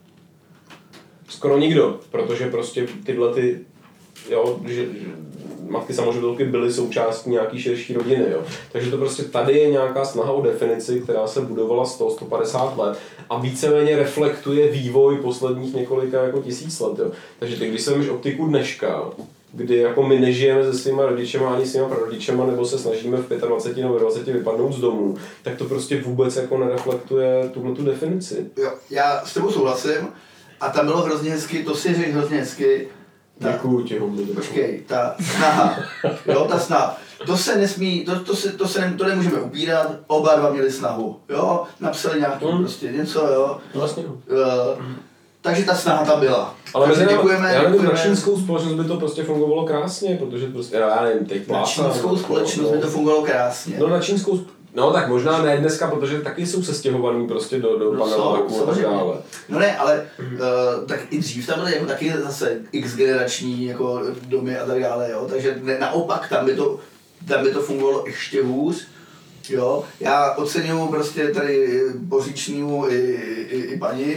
Skoro nikdo, protože prostě tyhle ty, jo, že, že matky samoživitelky byly součástí nějaký širší rodiny, jo. Takže to prostě tady je nějaká snaha o definici, která se budovala sto sto padesát let a víceméně reflektuje vývoj posledních několika jako tisíc let, jo. Takže ty, když se vezmeš optiku dneška, kdy jako my nežijeme se svýma rodičema ani svýma prarodičema, nebo se snažíme v dvaceti pěti nebo dvaceti vypadnout z domu, tak to prostě vůbec jako nereflektuje tuhletu definici. Jo, já s tebou souhlasím a tam bylo hrozně hezky, to si řekl hrozně hezky. Děkuju ti, Honzo. Počkej, ta snaha, jo, ta snaha. To se nesmí, to, to, se, to, se ne, to nemůžeme upírat, oba dva měli snahu, jo, napsali nějaký mm. prostě něco, jo. Vlastně. Uh, takže ta snaha tam byla. Ale takže mezi děkujeme, já nevím, děkujeme. Na čínskou společnost by to prostě fungovalo krásně, protože prostě, já nevím, teď Na čínskou společnost by to fungovalo krásně. No na čínskou, no tak možná ne dneska, protože taky jsou sestěhovaný prostě do, do no, paneláku a tak dále. No ne, ale uh, tak i dřív tam byly jako taky zase x generační jako domy a tak dále, jo, takže ne, naopak tam by to, tam by to fungovalo ještě hůř. Jo, já oceňuju prostě tady Boříčnýmu i, i, i paní,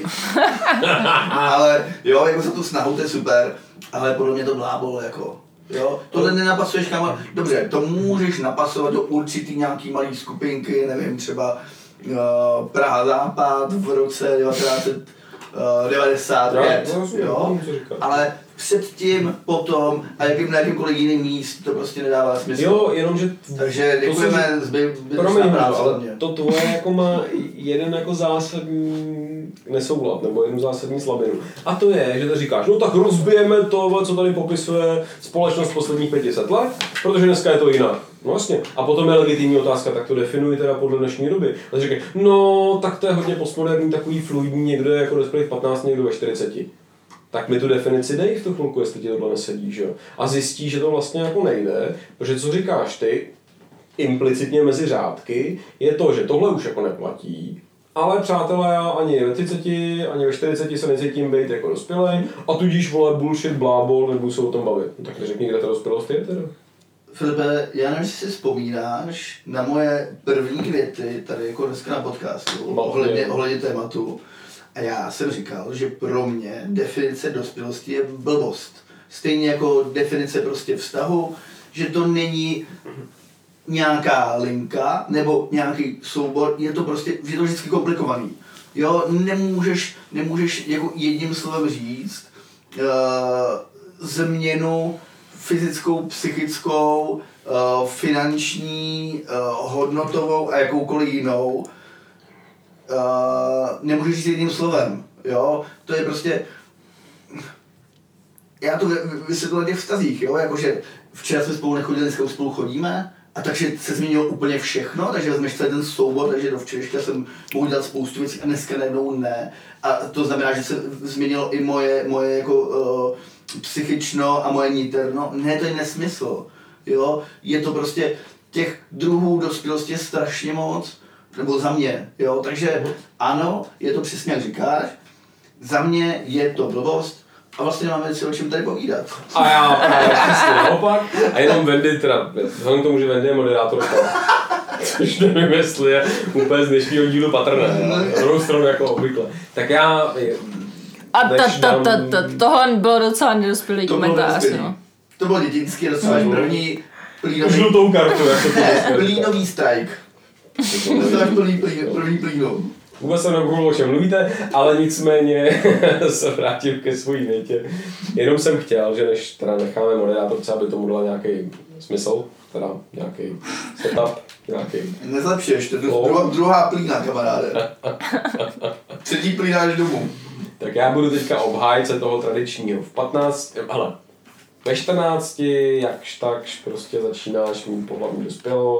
ale jo, jako za tu snahu, to je super, ale podle mě to blábol, jako, jo, tohle nenapasuješ kam, dobře, to můžeš napasovat do určitý nějaký malý skupinky, nevím, třeba uh, Praha Západ v roce devatenáct set devadesát pět, jo, ale předtím, potom a jakým na jakýmkoliv jiným míst to prostě nedává smysl. Jo, jenomže... Takže děkujeme, zbytečná práce, ale to tvoje jako má jeden jako zásadní nesoulad, nebo jednu zásadní slabinu. A to je, že ty říkáš, no tak rozbijeme to, co tady popisuje společnost posledních pět set let, protože dneska je to jinak. No vlastně. A potom je legitimní otázka, tak to definuji teda podle dnešní doby. A říkají, no tak to je hodně postmoderní, takový fluidní, někdo je jako dospělý v patnácti, někdo ve čtyřiceti. Tak mi tu definici dej v tu chvilku, jestli ti tohle nesedí, že jo. A zjistí, že to vlastně jako nejde, protože co říkáš ty, implicitně mezi řádky, je to, že tohle už jako neplatí, ale přátelé, já ani ve třiceti, ani ve čtyřiceti se necítím být jako dospělej a tudíž vole bullshit, blábol, nebudu se o tom bavit. No, tak mi řekni, kde ta dospělost je teda. Filipe, já nevím, jestli si vzpomínáš na moje první věty tady jako dneska na podcastu ohledně, ohledně tématu. A já jsem říkal, že pro mě definice dospělosti je blbost. Stejně jako definice prostě vztahu, že to není nějaká linka nebo nějaký soubor, je to prostě, je to vždycky komplikovaný. Jo, nemůžeš, nemůžeš jako jedním slovem říct uh, změnu fyzickou, psychickou, uh, finanční, uh, hodnotovou a jakoukoliv jinou. Uh, nemůžeš říct jedním slovem, jo, to je prostě, já to vysvětluji na těch vztazích, jo, jakože včera jsme spolu nechodili, dneska spolu chodíme, a takže se změnilo úplně všechno, takže vezmeš celý ten soubor, takže do včerejška jsem mohl dělat spoustu věcí a dneska najednou ne, a to znamená, že se změnilo i moje, moje jako uh, psychično a moje niterno, ne, to je nesmysl, jo, je to prostě, těch druhů dospělosti je strašně moc, nebo za mě, jo, takže ano, je to přesně jak říkáš, za mě je to blbost a vlastně nemáme si o čem tady povídat. A já právě přesně naopak, a jenom Wendy, teda, vzhledem k tomu, že Wendy je moderátorka, což nevím, jestli je úplně z dnešního dílu patrné, na druhou stranu jako obvykle, tak já... A ta, ta, ta, ta, tohle bylo docela nedospělý komentář, no. To bylo dětinský, dostáváš první plínový... Žlutou kartu, jak to ne, plínový strike. Dostáváš plný, plný, první plínu. Vůbec jsem nepochopil, o čem mluvíte, ale nicméně se vrátím ke svojí větě. Jenom jsem chtěl, že než teda necháme moderátorce, aby tomu dala nějaký smysl, teda nějaký setup, nějaký... Nezlepšuješ, to je druhá, druhá plína, kamaráde. Třetí plína až domů. Tak já budu teďka obhájce toho tradičního. V patnácti, ale ve čtrnácti, jakž takž prostě začínáš mít pohlavní dospělost,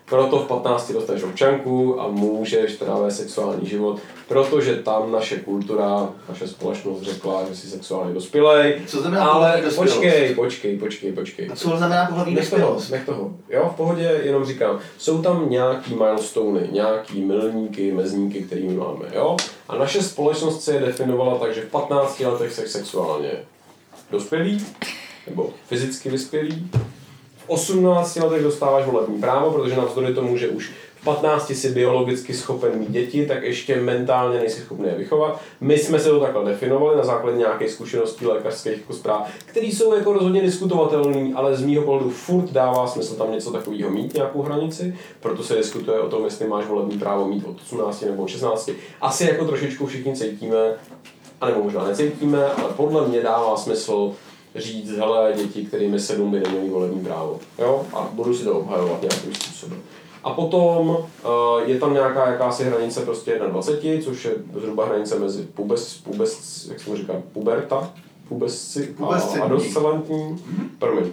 Proto v patnácti dostaneš občanku a můžeš teda vést sexuální život, protože tam naše kultura, naše společnost řekla, že jsi sexuálně dospělej. Co znamená ale dospělost? počkej, počkej, počkej, počkej. A co znamená pohlavní Nech toho, dospělost? nech toho. Jo, v pohodě, jenom říkám, jsou tam nějaký milestony, nějaký milníky, mezníky, který my máme, jo? A naše společnost se je definovala tak, že v patnácti letech jsi sexuálně dospělý, nebo fyzicky vyspělý. V osmnácti letech dostáváš volební právo, protože navzdory tomu, že už v patnácti si biologicky schopen mít děti, tak ještě mentálně nejsi schopný je vychovat. My jsme se to takhle definovali na základě nějakých zkušeností lékařských jako zpráv, které jsou jako rozhodně diskutovatelné, ale z mýho pohledu furt dává smysl tam něco takového mít, nějakou hranici, proto se diskutuje o tom, jestli máš volební právo mít od osmnácti nebo od šestnácti. Asi jako trošičku všichni cítíme, anebo možná necítíme, ale podle mě dává smysl říct, hele, děti, kterými sedm by neměli volební právo. Jo? A budu si to obhajovat nějakým způsobem. A potom uh, je tam nějaká jakási hranice prostě dvacet jedna, což je zhruba hranice mezi pubes, pubes jak se mu říká, puberta, pubesci a adolescentní, promiň,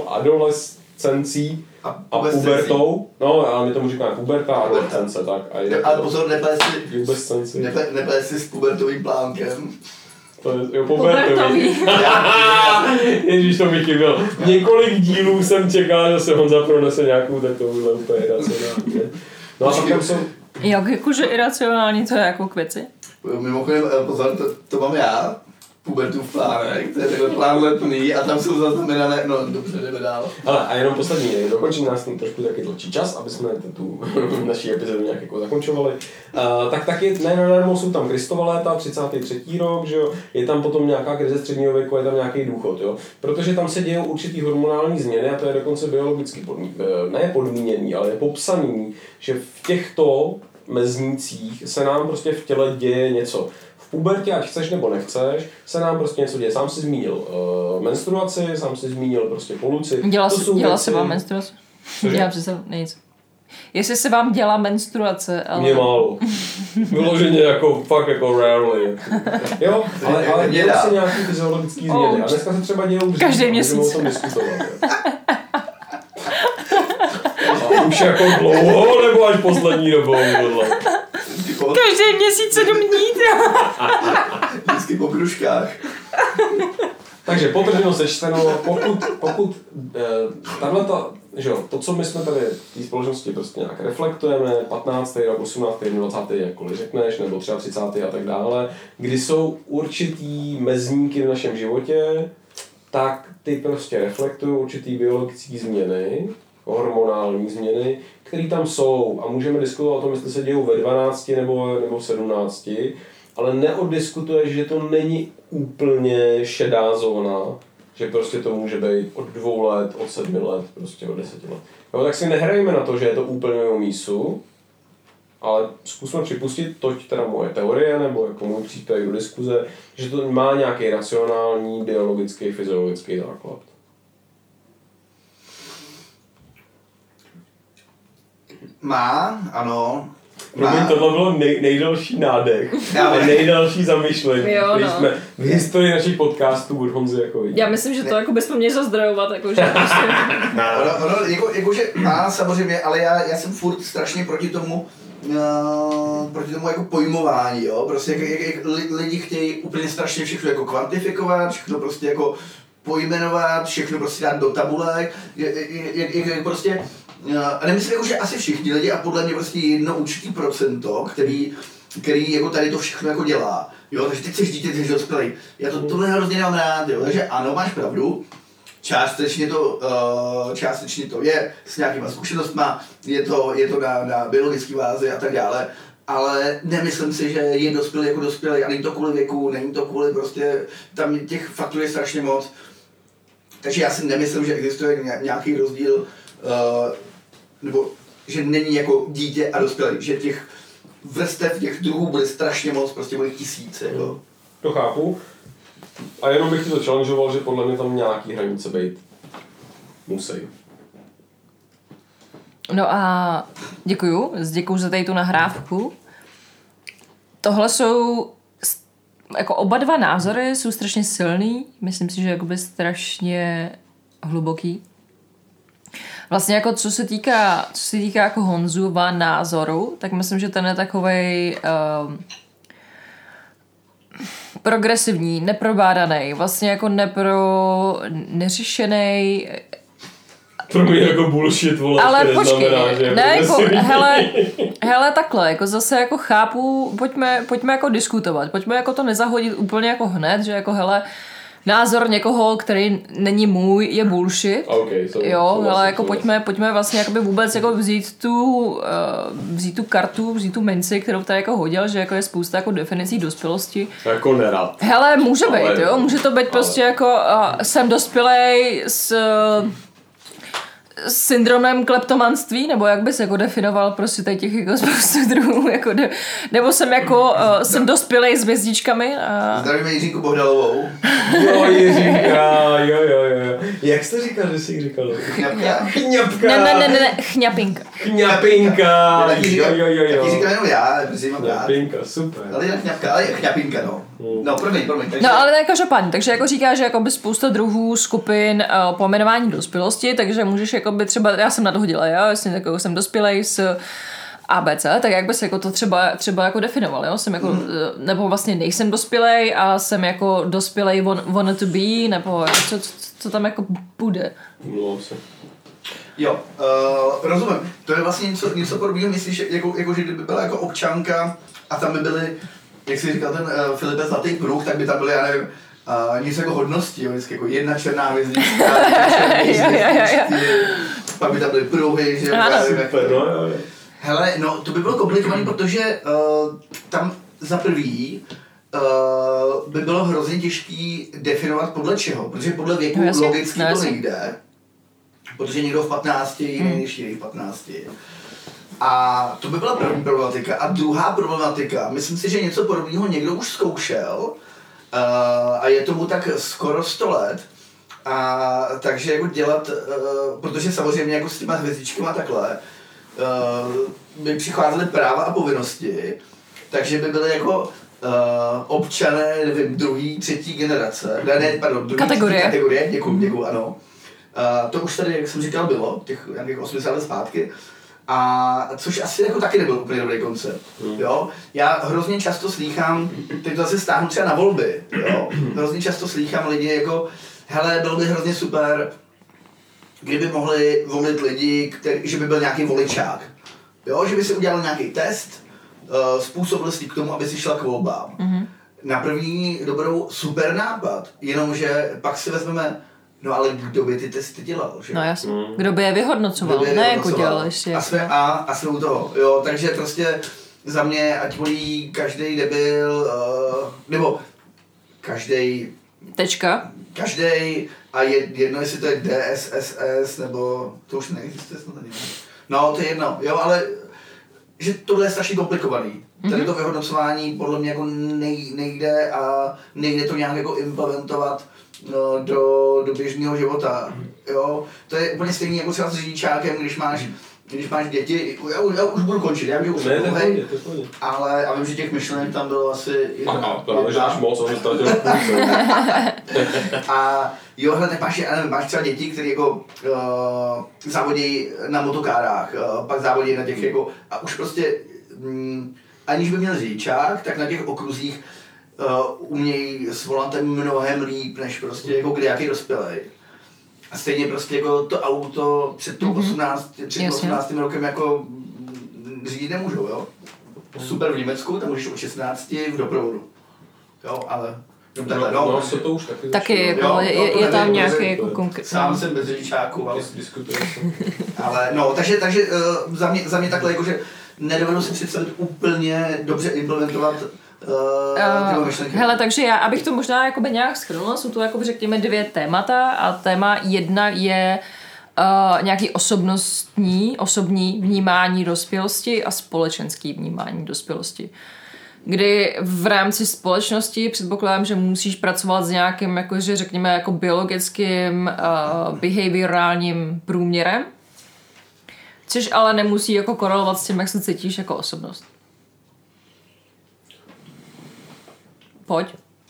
adolescencí a, a pubertou. No, ale my tomu říkáme puberta a adolescence, tak. A je ale pozor, neplet si s pubertovým plánkem. To je, jo, pubertový. Ježíš, to mi chybělo. Několik dílů jsem čekal, že se Honza pronese nějakou takovouhle úplně iracionální. No a tak tam jsou... Jak jakože iracionální, to je jako k věci? Mimochodem, pozor, to, to mám já. Pubertův plánek, to je takhle plán letný a tam jsou zaznamenané, no dobře, jdeme dál. Ale a jenom poslední, dokončím nás tam trošku taky tlačí čas, aby jsme tu naší epizodu nějak jako zakončovali. Uh, tak taky nenadarmo jsou tam Kristova léta, třicátý třetí rok, že jo, je tam potom nějaká krize středního věku, je tam nějaký důchod, jo, protože tam se dějou určitý hormonální změny a to je dokonce biologicky podmí, ne podmíněný, ale je popsaný, že v těchto meznících se nám prostě v těle děje něco. V pubertě, ať chceš nebo nechceš, se nám prostě něco děje. Sám si zmínil uh, menstruaci, sám si zmínil prostě poluci. Dělá, dělá se vám menstruace? Dělá přece nic. Jestli se vám dělá menstruace, ale... Mě málo. Vyloženě jako, fakt jako rarely. Jo, ale, ale dělá se nějaký fyziologický změny. A dneska se třeba dělou dřív. Každý měsíc. O tom diskutovat. A už jako dlouho, nebo až poslední dobou? Každý měsíc sedm dní. Vždycky po kružkách. Takže potrženo sečteno, pokud, pokud eh, tato, že jo, to, co my jsme tady v té společnosti prostě nějak reflektujeme, patnáctý rok, osmnáctý, dvacátý jakkoliv řekneš, nebo třicátý a tak dále, kdy jsou určitý mezníky v našem životě, tak ty prostě reflektují určitý biologické změny, hormonální změny, které tam jsou a můžeme diskutovat o tom, jestli se dějou ve dvanácti nebo, nebo v sedmnácti, ale neoddiskutuješ, že to není úplně šedá zóna, že prostě to může být od dvou let, od sedmi let, prostě od deseti let. No, tak si nehrajeme na to, že je to úplně mimo mísu, ale zkusme připustit, toť teda moje teorie, nebo jako můj příspěvek do diskuze, že to má nějaký racionální, biologický, fyziologický základ. Má, ano. Promiň, tohle bylo nej, nejdelší nádech a nejdelší zamyšlení, jo, který no. jsme v historii našich podcastů od Honzy jako viděli. Já myslím, že to jako bychom měli zazdrojovat, jakože prostě... ono, ono, jako, jakože má samozřejmě, ale já, já jsem furt strašně proti tomu, uh, proti tomu jako pojmování, jo, prostě jak, jak, jak lidi chtějí úplně strašně všechno jako kvantifikovat, všechno prostě jako pojmenovat, všechno prostě dát do tabulek, jak, jak, jak, jak prostě a nemyslím, jako, že asi všichni lidi a podle mě prostě jedno určitý procento, který, který jako tady to všechno jako dělá. Jo, takže ty chceš dítě, ty jsi dospělý. Já to tohle hrozně nemám rád, jo, takže ano, máš pravdu. Částečně to, uh, částečně to je s nějakýma zkušenostma, je to, je to na, na biologický váze a tak dále. Ale nemyslím si, že je dospělý jako dospělý a není to kvůli věku, není to kvůli prostě, tam těch faktorů je strašně moc. Takže já si nemyslím, že existuje nějaký rozdíl, uh, nebo že není jako dítě a dospělý, že těch vrstev, těch druhů bude strašně moc, prostě bude tisíce. Jako. To chápu. A jenom bych ti to challengeoval, že podle mě tam nějaký hranice být musí. No a děkuju, děkuju za tady tu nahrávku. Tohle jsou, jako oba dva názory jsou strašně silný, myslím si, že jakoby strašně hluboký. Vlastně jako co se týká, co se týká jako Honzova názoru, tak myslím, že ten je takovej um, progresivní, neprobádaný, vlastně jako nepro, neřešený. Pro mě jako bullshit, vole, ale počkej, neznamená, že ne, jako, hele, hele, takhle, jako zase jako chápu, pojďme, pojďme jako diskutovat, pojďme jako to nezahodit úplně jako hned, že jako hele, názor někoho, který není můj, je bullshit. Okay, so, jo, so ale jako pojďme, pojďme vlastně jakoby vůbec jako vzít tu, uh, vzít tu kartu, vzít tu minci, kterou tady jako hodil, že jako je spousta jako definicí dospělosti. Jako nerad. Hele, může ale, být, jo, může to být ale. prostě jako uh, jsem dospělej s uh, s syndromem kleptomanství, nebo jak bys jako definoval prostě tady těch jako spoustu druhů, jako de, nebo jsem jako, uh, jsem dospělej s hvězdičkami. A... Zdravíme Jiřínku Bohdalovou. Jo, Jiřínka, jo, jo, jo. Jak jsi to říkal, že jsi říkal? Chňapka. Chňapka. Ne, ne, ne, ne, chňapinka. Chňapinka. Jo, jo, jo, jo. Taky říkám jenom já, protože mám rád. Chňapinka, super. Ale jen chňapka, ale chňapinka, no. No, promiň, promiň. Takže... No, ale ne každopádně, takže jako říká, že jakoby spousta druhů skupin uh, pojmenování dospělosti, takže můžeš jakoby třeba, já jsem nadhodila, jo, jasně, jako jsem dospělej s A B C, tak jak bys jako to třeba, třeba jako definoval, jo, jsem jako, mm. nebo vlastně nejsem dospělej a jsem jako dospělej want, want to be, nebo co, co, co tam jako bude. Mluvám se. Jo, uh, rozumím. To je vlastně něco, něco podobného, myslíš, jako, jako, že kdyby byla jako občanka a tam by byly, jak jsi říkal ten uh, Filipe Zlatý pruh, tak by tam byly, já nevím, uh, něco jako hodnosti, jo, vždycky jako jedna černá hvězdička, pak by tam byly pruhy, že jo, já nevím, jak... No, jo, jo. Hele, no to by bylo komplikované, protože uh, tam za prvý uh, by bylo hrozně těžký definovat podle čeho, protože podle věku no, logicky no, to nejde, protože někdo v patnácti, jiný hmm. než jiný v patnácti. A to by byla první problematika. A druhá problematika, myslím si, že něco podobného někdo už zkoušel uh, a je tomu tak skoro sto let. A takže jako dělat, uh, protože samozřejmě jako s těma hvězdičkama takhle, uh, by přicházely práva a povinnosti, takže by byly jako uh, občané, nevím, druhý, třetí generace, ne, ne pardon, druhý, kategorie. třetí kategorie, děkuji, děkuji, ano. Uh, to už tady, jak jsem říkal, bylo, těch nějakých osmdesát let zpátky. A což asi jako taky nebyl úplně dobrý koncept, jo. Já hrozně často slýchám, teď to zase stáhnu třeba na volby, jo. Hrozně často slýchám lidi jako, hele, bylo by hrozně super, kdyby mohli volit lidi, který, že by byl nějaký voličák, jo, že by si udělal nějaký test, uh, způsobilosti k tomu, aby si šla k volbám. Mm-hmm. Na první dobrou super nápad, jenomže pak si vezmeme, no ale kdo by ty testy dělal, že? No jasně. Mm. Kdo by je vyhodnocoval, by je ne vyhodnocoval. jako dělal ještě. A jsme, a, a jsme u toho, jo, takže prostě za mě, ať volí každej debil, uh, nebo každej... Tečka. Každej, a je, jedno, jestli to je D S S S, nebo to už neexistuje snad ani. No, to je jedno, jo, ale že tohle je strašně komplikovaný. Mm-hmm. Tady to vyhodnocování podle mě jako nej, nejde a nejde to nějak jako implementovat no, do, do běžného života, jo. To je úplně stejný jako třeba s řidičákem, když máš, když máš děti, já, já už budu končit, já už ne, budu končit, ale a vím, že těch myšlenek tam bylo asi jedna. Aha, právě, že máš moc, on ztratil půlce. A jo, hele, tak máš, nevím, máš třeba děti, které jako uh, závodí na motokárách, uh, pak závodí na těch jako, a už prostě, mm, aniž by měl řidičák, tak na těch okruzích uh, umějí s volantem mnohem líp, než prostě jako kdejaký dospělej. A stejně prostě jako to auto před tou osmnáctým rokem jako řídit nemůžou, jo. Super v Německu, tam můžeš od šestnácti v doprovodu, jo, ale... No, no, no, se to už taky taky jako, jo, je, no, je, je tam nějaký je, jako konkrétní. Sám jsem bez řidičáku, ale... Diskutuje se. ale no, takže, takže uh, za, mě, za mě takhle jakože nedovedu si představit úplně dobře implementovat uh, tyhle myšlenky. Hele, takže já, abych to možná jakoby nějak shrnula, jsou to jakoby řekněme dvě témata a téma jedna je uh, nějaký osobnostní, osobní vnímání dospělosti a společenský vnímání dospělosti. Kdy v rámci společnosti předpokládám, že musíš pracovat s nějakým, jakože řekněme, jako biologickým, uh, behaviorálním průměrem, což ale nemusí jako korelovat s tím, jak se cítíš jako osobnost. Pojď.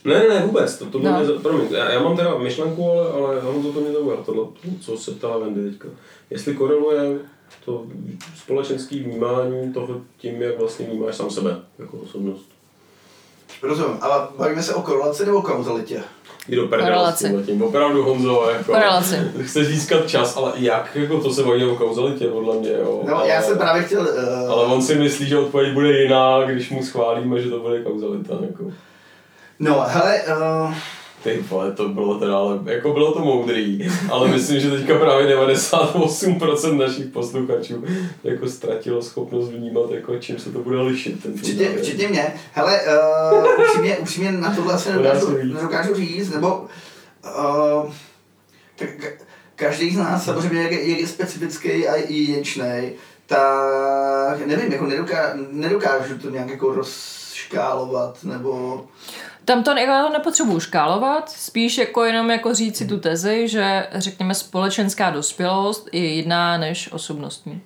Ne, ne, ne, vůbec, to, tohle no. mě, promiň, já, já mám teda myšlenku, ale, ale Honzo to mě zaujalo, tohle, co se ptala Wendy teďka. Jestli koreluje to společenské vnímání toho tím, jak vlastně vnímáš sám sebe jako osobnost. Rozumím, ale bavíme se o korelaci nebo o kauzalitě? Jdi do prdele s tímhletím, opravdu Honzo, jako, chceš získat čas, ale jak, jako to se baví o kauzalitě, podle mě, jo. No, ale, já jsem právě chtěl... Uh... Ale on si myslí, že odpověď bude jiná, když mu schválíme, že to bude kauzalita, jako. No, hele... Uh... Ty vole, to bylo teda, ale jako bylo to moudrý, ale myslím, že teďka právě devadesát osm procent našich posluchačů jako ztratilo schopnost vnímat, jako čím se to bude lišit. Ten včetně, včetně mě. Hele, uh, upřímně, upřímně na tohle asi nedokážu, nedokážu říct, nebo uh, tak každý z nás samozřejmě jak je, jak je specifický a jedinečný, tak nevím, jako nedokážu, nedokážu to nějak jako rozškálovat, nebo... Tam to ne- nepotřebuji škálovat, spíš jako jenom jako říct si tu tezi, že řekněme společenská dospělost je jiná než osobnostní.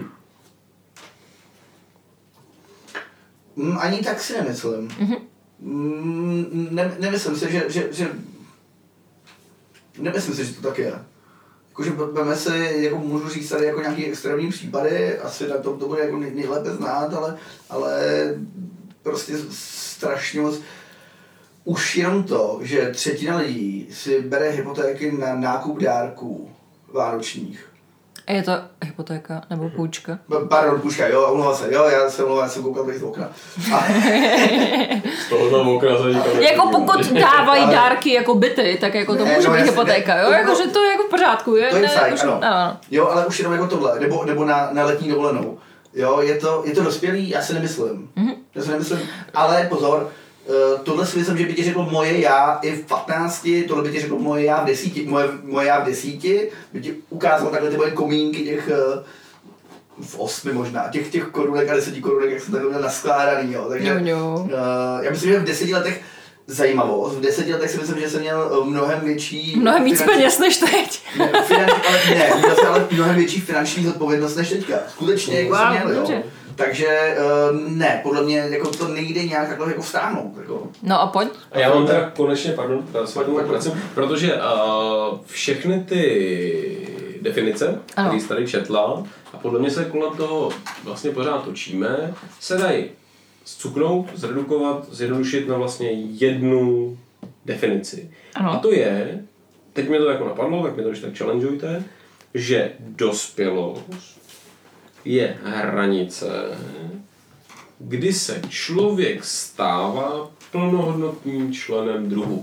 Mm, ani tak si nemyslím. Mm-hmm. Mm, ne, nemyslím si, že, že, že nemyslím si, že to tak je. Jakože budeme si, jako můžu říct tady jako nějaký extrémní případy, asi na tom to bude jako nejlépe znát, ale, ale prostě strašně moc. Už jenom to, že třetina lidí si bere hypotéky na nákup dárků vánočních. A je to hypotéka nebo půjčka? Pardon, půjčka, jo, omlouvám se, jo, já jsem omlouvám, já jsem koukal tady z okna. A... z tohohle okna se nikam jako pokud dávají ale... dárky jako byty, tak jako to ne, může no, být hypotéka, ne, jo, jako že to je jako v pořádku, je, to je ne, fajn, už, ano. ano. Jo, ale už jenom jako tohle, nebo, nebo na, na letní dovolenou. Jo, je to, je to dospělý, já si nemyslím. Mm-hmm. Já si nemyslím, ale pozor, Uh, tohle si myslím, že by ti řeklo moje já i v patnácti, tohle by ti řeklo moje já v desíti, moje, moje já v desíti, by ti ukázalo takhle ty moje komínky těch uh, v osmi možná, těch, těch korunek a deseti korunek, jak jsem takhle měl naskládaný, jo, takže jo, jo. Uh, já myslím, že v deseti letech zajímavost, v deseti letech si myslím, že jsem měl mnohem větší... Mnohem víc finanční, peněz než teď. Ne, finanční, ale ne, měl jsem ale mnohem větší finanční zodpovědnost než teďka, skutečně, jako wow, jsem měl, jo. Takže uh, ne, podle mě jako to nejde nějak takhle jako vstáhnout. Jako. No a pojď. A já mám teda konečně, pardon, se tomu vracím, protože uh, všechny ty definice, které jsi tady četla, a podle mě se kolem toho vlastně pořád točíme, se dají zcuknout, zredukovat, zjednodušit na vlastně jednu definici. Ano. A to je, teď mi to jako napadlo, tak mi to když tak challengeujte, že dospělost je hranice, kdy se člověk stává plnohodnotným členem druhu.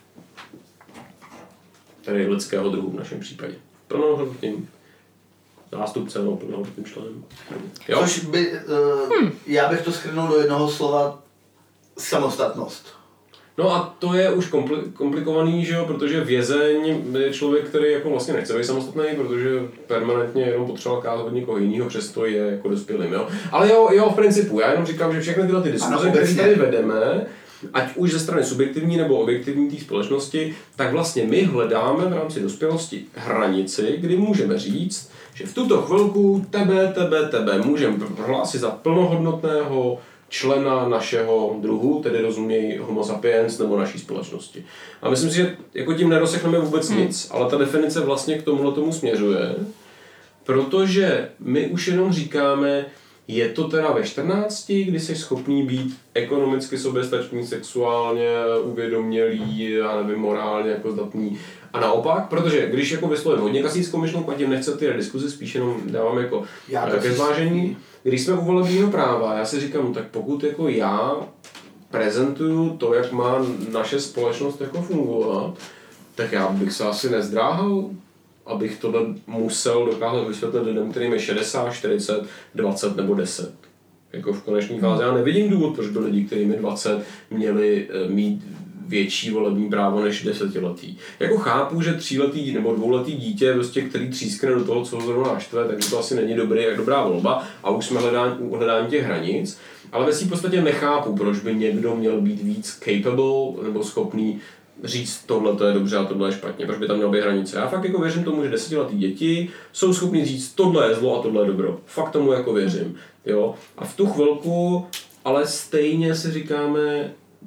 Tedy lidského druhu v našem případě. Plnohodnotným zástupcem nebo plnohodnotným členem. Jo? Což by, uh, hmm. já bych to shrnul do jednoho slova samostatnost. No a to je už kompli- komplikovaný, že jo, protože vězeň je člověk, který jako vlastně nechce být samostatný, protože permanentně jenom potřeboval kázat od někoho jiného, přesto je jako dospělým, jo. Ale jo, jo, v principu, já jenom říkám, že všechny tyhle ty diskuze, které tady vedeme, ať už ze strany subjektivní nebo objektivní té společnosti, tak vlastně my hledáme v rámci dospělosti hranici, kdy můžeme říct, že v tuto chvilku tebe, tebe, tebe můžeme prohlásit za plnohodnotného člena našeho druhu, tedy rozumějí homo sapiens nebo naší společnosti. A myslím si, že jako tím nedosekneme vůbec hmm. nic, ale ta definice vlastně k tomuhle tomu směřuje, protože my už jenom říkáme, je to teda ve čtrnácti, kdy jsi schopný být ekonomicky soběstačný, sexuálně uvědomělý, já nevím, morálně jako zdatný. A naopak, protože když jako vyslovím hodně kasíckou myšlenku a tím nechce ty diskuzi, spíš jenom dávám jako ke zvážení. Když jsme u volebního práva, já si říkám, tak pokud jako já prezentuju to, jak má naše společnost jako fungovat, tak já bych se asi nezdráhal, abych tohle musel dokázat vysvětlit lidem, kterým je šedesát, čtyřicet, dvacet nebo deset. Jako v koneční fázi já nevidím důvod, proč by lidi, kterým je dvacet, měli mít větší volební právo než desetiletý. Jako chápu, že tříletý nebo dvouletý dítě, prostě, který třískne do toho, co ho zrovna naštve, takže to asi není dobrý, jak dobrá volba a už jsme hledání, u hledání těch hranic, ale ve svým podstatě nechápu, proč by někdo měl být víc capable nebo schopný říct, tohle to je dobře a tohle je špatně, proč by tam měl být hranice. Já fakt jako věřím tomu, že desetiletí děti jsou schopni říct, tohle je zlo a tohle je dobro. Fakt tomu jako věřím. Jo? A v tu chvilku, ale stejně si říkáme,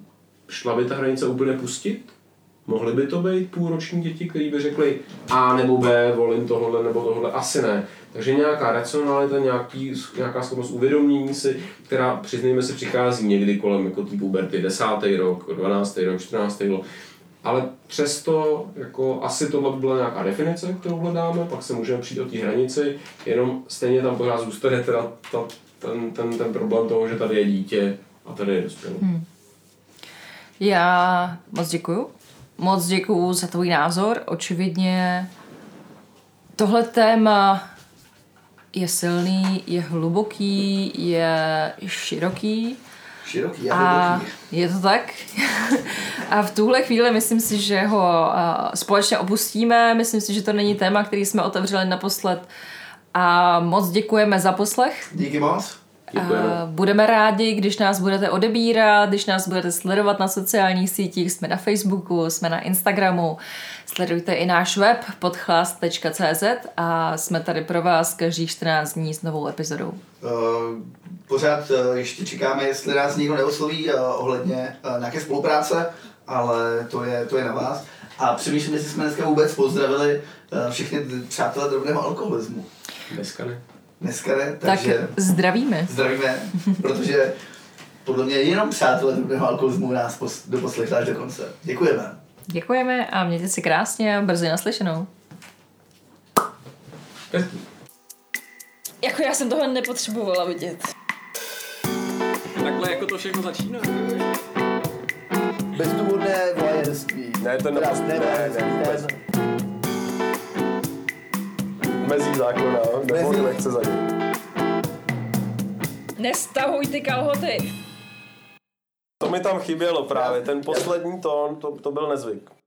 šla by ta hranice úplně pustit? Mohly by to být půlroční děti, kteří by řekli A nebo B, volím tohle nebo tohle? Asi ne. Takže nějaká racionalita, nějaký, nějaká schopnost uvědomění si, která, přiznejme si, přichází někdy kolem jako té puberty, desátý rok, dvanáctý rok, čtrnáctý rok. Ale přesto jako asi tohle by byla nějaká definice, kterou hledáme, pak se můžeme přijít o té hranici, jenom stejně tam pořád zůstane teda ta, ten, ten, ten problém toho, že tady je dítě a tady je dospělý. Hmm. Já moc děkuju. Moc děkuju za tvůj názor. Očividně tohle téma je silný, je hluboký, je široký. Široký a hluboký. Je to tak. A v tuhle chvíli myslím si, že ho společně opustíme. Myslím si, že to není téma, který jsme otevřeli naposled. A moc děkujeme za poslech. Díky moc. Děkujeme. Budeme rádi, když nás budete odebírat, když nás budete sledovat na sociálních sítích, jsme na Facebooku, jsme na Instagramu, sledujte i náš web podchlast tečka cé zet a jsme tady pro vás každý čtrnáct dní s novou epizodou. Uh, pořád uh, ještě čekáme, jestli nás někdo neosloví uh, ohledně uh, nějaké spolupráce, ale to je, to je na vás. A přemýšlím, jestli jsme dneska vůbec pozdravili uh, všechny přátelé drobného alkoholismu. Dneska ne. Dneska ne, takže... Tak zdravíme. Zdravíme, protože podle mě jenom přátelé drobného alkoholismu nás pos- doposlechli až do konce. Děkujeme. Děkujeme a mějte si krásně a brzy naslyšenou. Jako já jsem tohle nepotřebovala vidět. Takhle jako to všechno začíná. Bezdůvodné voajerství. Ne, to ne, ne, ne, ne, vůbec. Mezí zákona, nebo Mezí. nechce za ním. Nestahuj ty kalhoty. To mi tam chybělo právě, ten poslední tón, to, to byl nezvyk.